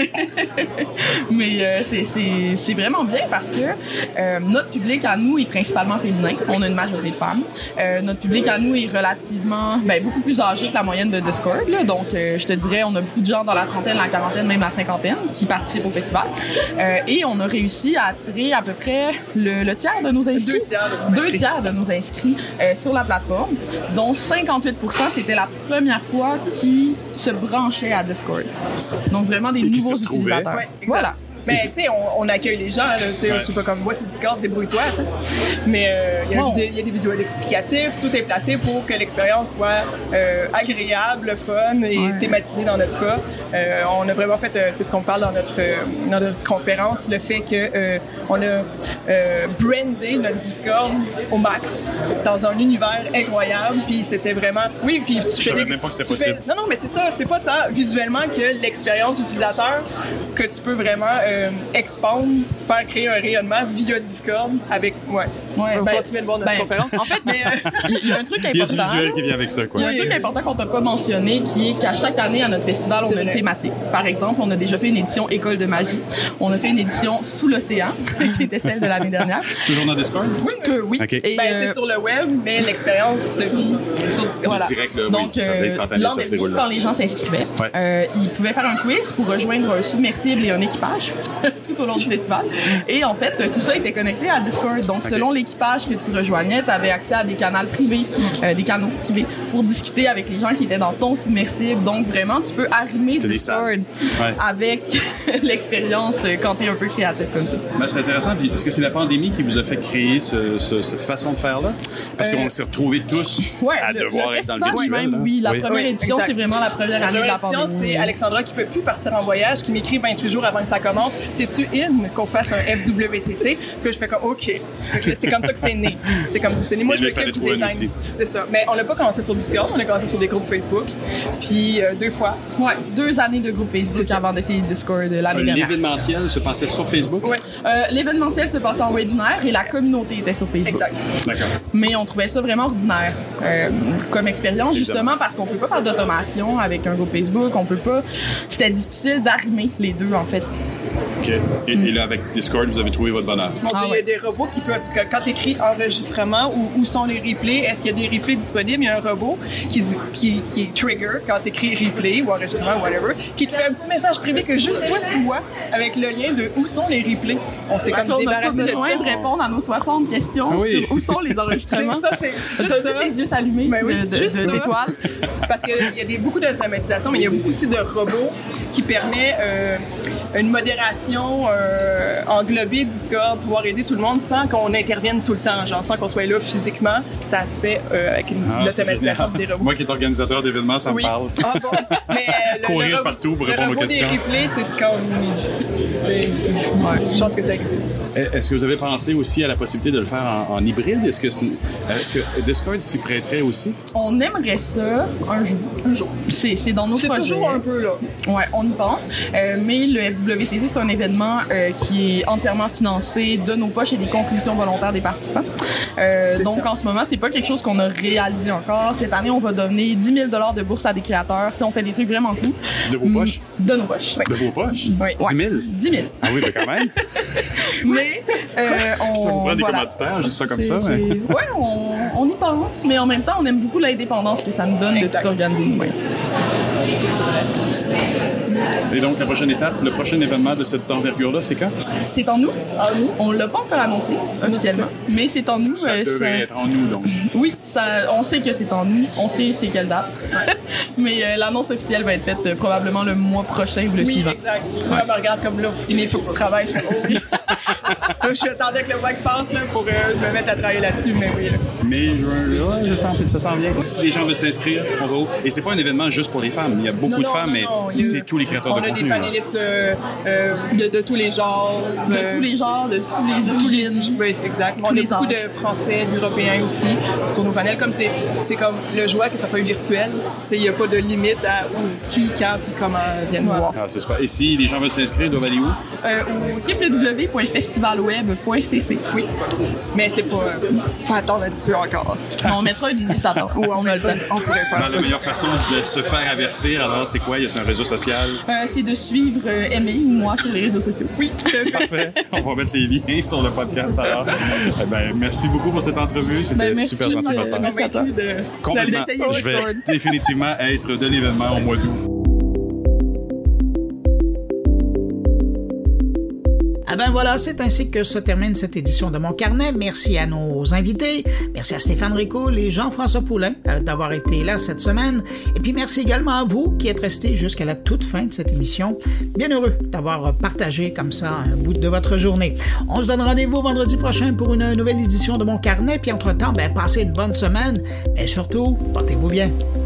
Speaker 13: Mais c'est vraiment bien parce que notre public à nous est principalement féminin. On a une majorité de femmes. Notre public à nous est relativement beaucoup plus âgé que la moyenne de Discord. Là. Donc, je te dirais, on a beaucoup de gens dans la trentaine, la quarantaine, même la cinquantaine qui participent au festival. Et on a réussi à attirer à peu près le tiers de nos inscrits. Deux tiers de nos inscrits sur la plateforme, dont 58% c'était la première fois qu'ils se branchaient à Discord. Donc, vraiment des nouveaux utilisateurs.
Speaker 14: Ouais, voilà. Mais tu sais, on accueille les gens, c'est pas comme moi, c'est Discord, débrouille-toi, tu sais. Mais il y a des vidéos explicatifs, tout est placé pour que l'expérience soit agréable, fun et thématisée dans notre cas. On a vraiment fait, c'est ce qu'on parle dans notre conférence, le fait que on a brandé notre Discord au max dans un univers incroyable, puis c'était vraiment, puis
Speaker 15: je savais même pas que c'était possible.
Speaker 14: Non, mais c'est ça, c'est pas tant visuellement que l'expérience utilisateur que tu peux vraiment expandre, faire créer un rayonnement via Discord avec... tu viens de voir notre conférence.
Speaker 13: En fait, il y a un truc important.
Speaker 15: Il y a du visuel qui vient avec ça, quoi.
Speaker 13: Il y a un truc important qu'on t'a pas mentionné, qui est qu'à chaque année, à notre festival, on a une thématique. Par exemple, on a déjà fait une édition École de magie. On a fait une édition Sous l'océan, qui était celle de l'année dernière.
Speaker 15: Toujours dans Discord?
Speaker 13: Oui.
Speaker 15: Okay.
Speaker 13: Et
Speaker 14: c'est sur le web, mais l'expérience se vit sur Discord.
Speaker 13: Voilà.
Speaker 15: Direct, là,
Speaker 13: donc, l'an dernier, quand les gens s'inscrivaient, ils pouvaient faire un quiz pour rejoindre un submersible et un équipage tout au long du festival. Et en fait, tout ça était connecté à Discord. Donc, selon l'équipage que tu rejoignais, tu avais accès à des canaux privés, pour discuter avec les gens qui étaient dans ton submersible. Donc, vraiment, tu peux arrimer Discord avec l'expérience quand tu es un peu créatif comme ça.
Speaker 15: C'est intéressant. Puis, est-ce que c'est la pandémie qui vous a fait créer cette façon de faire-là? Parce qu'on s'est retrouvés tous à devoir être dans le virtuel.
Speaker 13: Même, la première édition, c'est vraiment la première année de la pandémie.
Speaker 14: C'est Alexandra qui peut plus partir en voyage, qui m'écrit 28 jours avant que ça commence, t'es-tu in qu'on fasse un FWCC? Puis je fais comme, OK. C'est comme ça que c'est né. C'est comme ça que c'est né. Moi, je m'occupe du design. Aussi. C'est ça. Mais on n'a pas commencé sur Discord, on a commencé sur des groupes Facebook. Puis 2 fois.
Speaker 13: Ouais, 2 années de groupe Facebook avant d'essayer Discord l'année dernière.
Speaker 15: L'événementiel se passait sur Facebook?
Speaker 14: Oui.
Speaker 13: L'événementiel se passait en webinaire et la communauté était sur Facebook.
Speaker 14: Exact.
Speaker 15: D'accord.
Speaker 13: Mais on trouvait ça vraiment ordinaire comme expérience, justement parce qu'on peut pas faire d'automation avec un groupe Facebook, on peut pas. C'était difficile d'arrimer les deux, en fait.
Speaker 15: OK. Et là, avec Discord, vous avez trouvé votre bonheur.
Speaker 14: Il y a des robots qui peuvent, quand tu écris enregistrement ou où sont les replays, est-ce qu'il y a des replays disponibles? Il y a un robot qui trigger quand tu écris replay ou enregistrement ou whatever, qui te fait un petit message privé que juste toi tu vois avec le lien de où sont les replays. On s'est comme débarrassé de ça.
Speaker 13: On a besoin de répondre à nos 60 questions sur où sont les enregistrements.
Speaker 14: C'est juste ça.
Speaker 13: Ses yeux s'allumer d'étoiles.
Speaker 14: Parce qu'il y a beaucoup d'automatisation, mais il y a beaucoup aussi de robots qui permettent une modération englobée Discord, pouvoir aider tout le monde sans qu'on intervienne tout le temps, genre sans qu'on soit là physiquement. Ça se fait avec l'automatisation des robots.
Speaker 15: Moi qui est organisateur d'événements, ça me parle.
Speaker 14: Ah bon? Mais
Speaker 15: courir partout pour répondre aux questions.
Speaker 14: Le robot des replays, c'est comme... je pense que ça existe.
Speaker 15: Est-ce que vous avez pensé aussi à la possibilité de le faire en hybride? Est-ce que Discord s'y prêterait aussi?
Speaker 13: On aimerait ça un jour. C'est dans nos projets.
Speaker 14: C'est toujours un peu là.
Speaker 13: Ouais, on y pense. Mais le FWCC, c'est un événement qui est entièrement financé de nos poches et des contributions volontaires des participants. Donc, en ce moment, c'est pas quelque chose qu'on a réalisé encore. Cette année, on va donner 10 000 $ de bourse à des créateurs. T'sais, on fait des trucs vraiment cool.
Speaker 15: De vos poches?
Speaker 13: De nos poches.
Speaker 15: De vos poches?
Speaker 13: Oui.
Speaker 15: 10 000?
Speaker 13: 10 000.
Speaker 15: Ah oui, mais quand même.
Speaker 13: Mais
Speaker 15: ça vous prend des commanditaires, juste ça comme ça. Mais...
Speaker 13: Ouais, on y pense, mais en même temps, on aime beaucoup l'indépendance que ça nous donne de tout organiser nous-mêmes.
Speaker 14: C'est vrai.
Speaker 15: Et donc, la prochaine étape, le prochain événement de cette envergure-là, c'est quand?
Speaker 13: C'est en août. On ne l'a pas encore annoncé officiellement, mais c'est en août.
Speaker 15: Ça devrait être en août, donc.
Speaker 13: Oui, on sait que c'est en août. On sait c'est quelle date. Mais l'annonce officielle va être faite probablement le mois prochain ou le suivant.
Speaker 14: Oui, exact. Ouais. Me regarde comme là, il faut que tu travailles. Je attendais que le WAC passe là, pour me mettre à travailler là-dessus, mais oui. Là.
Speaker 15: Mais ça s'en vient. Si les gens veulent s'inscrire, on va où? Et c'est pas un événement juste pour les femmes. Il y a beaucoup de femmes, mais c'est tous les créateurs de contenu.
Speaker 14: On a des panélistes de tous les genres.
Speaker 13: De tous les genres, de tous les origines.
Speaker 14: Oui, c'est exact. On a beaucoup de Français, d'Européens aussi sur nos panels. Comme c'est comme le joie que ça soit virtuel. Il n'y a pas de limite à qui, quand et comment viennent voir.
Speaker 15: Ah, c'est super. Et si les gens veulent s'inscrire, ils doivent aller où?
Speaker 13: Au www.festivalweb.cc.
Speaker 14: Oui. Mais c'est pas... faut attendre un petit peu encore.
Speaker 13: On mettra une liste d'attente.
Speaker 14: On a le temps. On pourrait faire ça.
Speaker 15: La meilleure façon de se faire avertir, alors, c'est quoi? Y a un réseau social?
Speaker 13: C'est de suivre Aimé ou moi sur les réseaux sociaux.
Speaker 14: Oui.
Speaker 15: Parfait. On va mettre les liens sur le podcast, alors. Merci beaucoup pour cette entrevue. C'était super gentil de votre part.
Speaker 13: Merci à toi.
Speaker 15: Complètement. Je vais définitivement être de l'événement au mois d'août.
Speaker 1: Ah ben voilà, c'est ainsi que se termine cette édition de Mon Carnet. Merci à nos invités. Merci à Stéphane Ricoul et Jean-François Poulin d'avoir été là cette semaine. Et puis merci également à vous qui êtes restés jusqu'à la toute fin de cette émission. Bien heureux d'avoir partagé comme ça un bout de votre journée. On se donne rendez-vous vendredi prochain pour une nouvelle édition de Mon Carnet. Puis entre-temps, passez une bonne semaine. Mais surtout, portez-vous bien.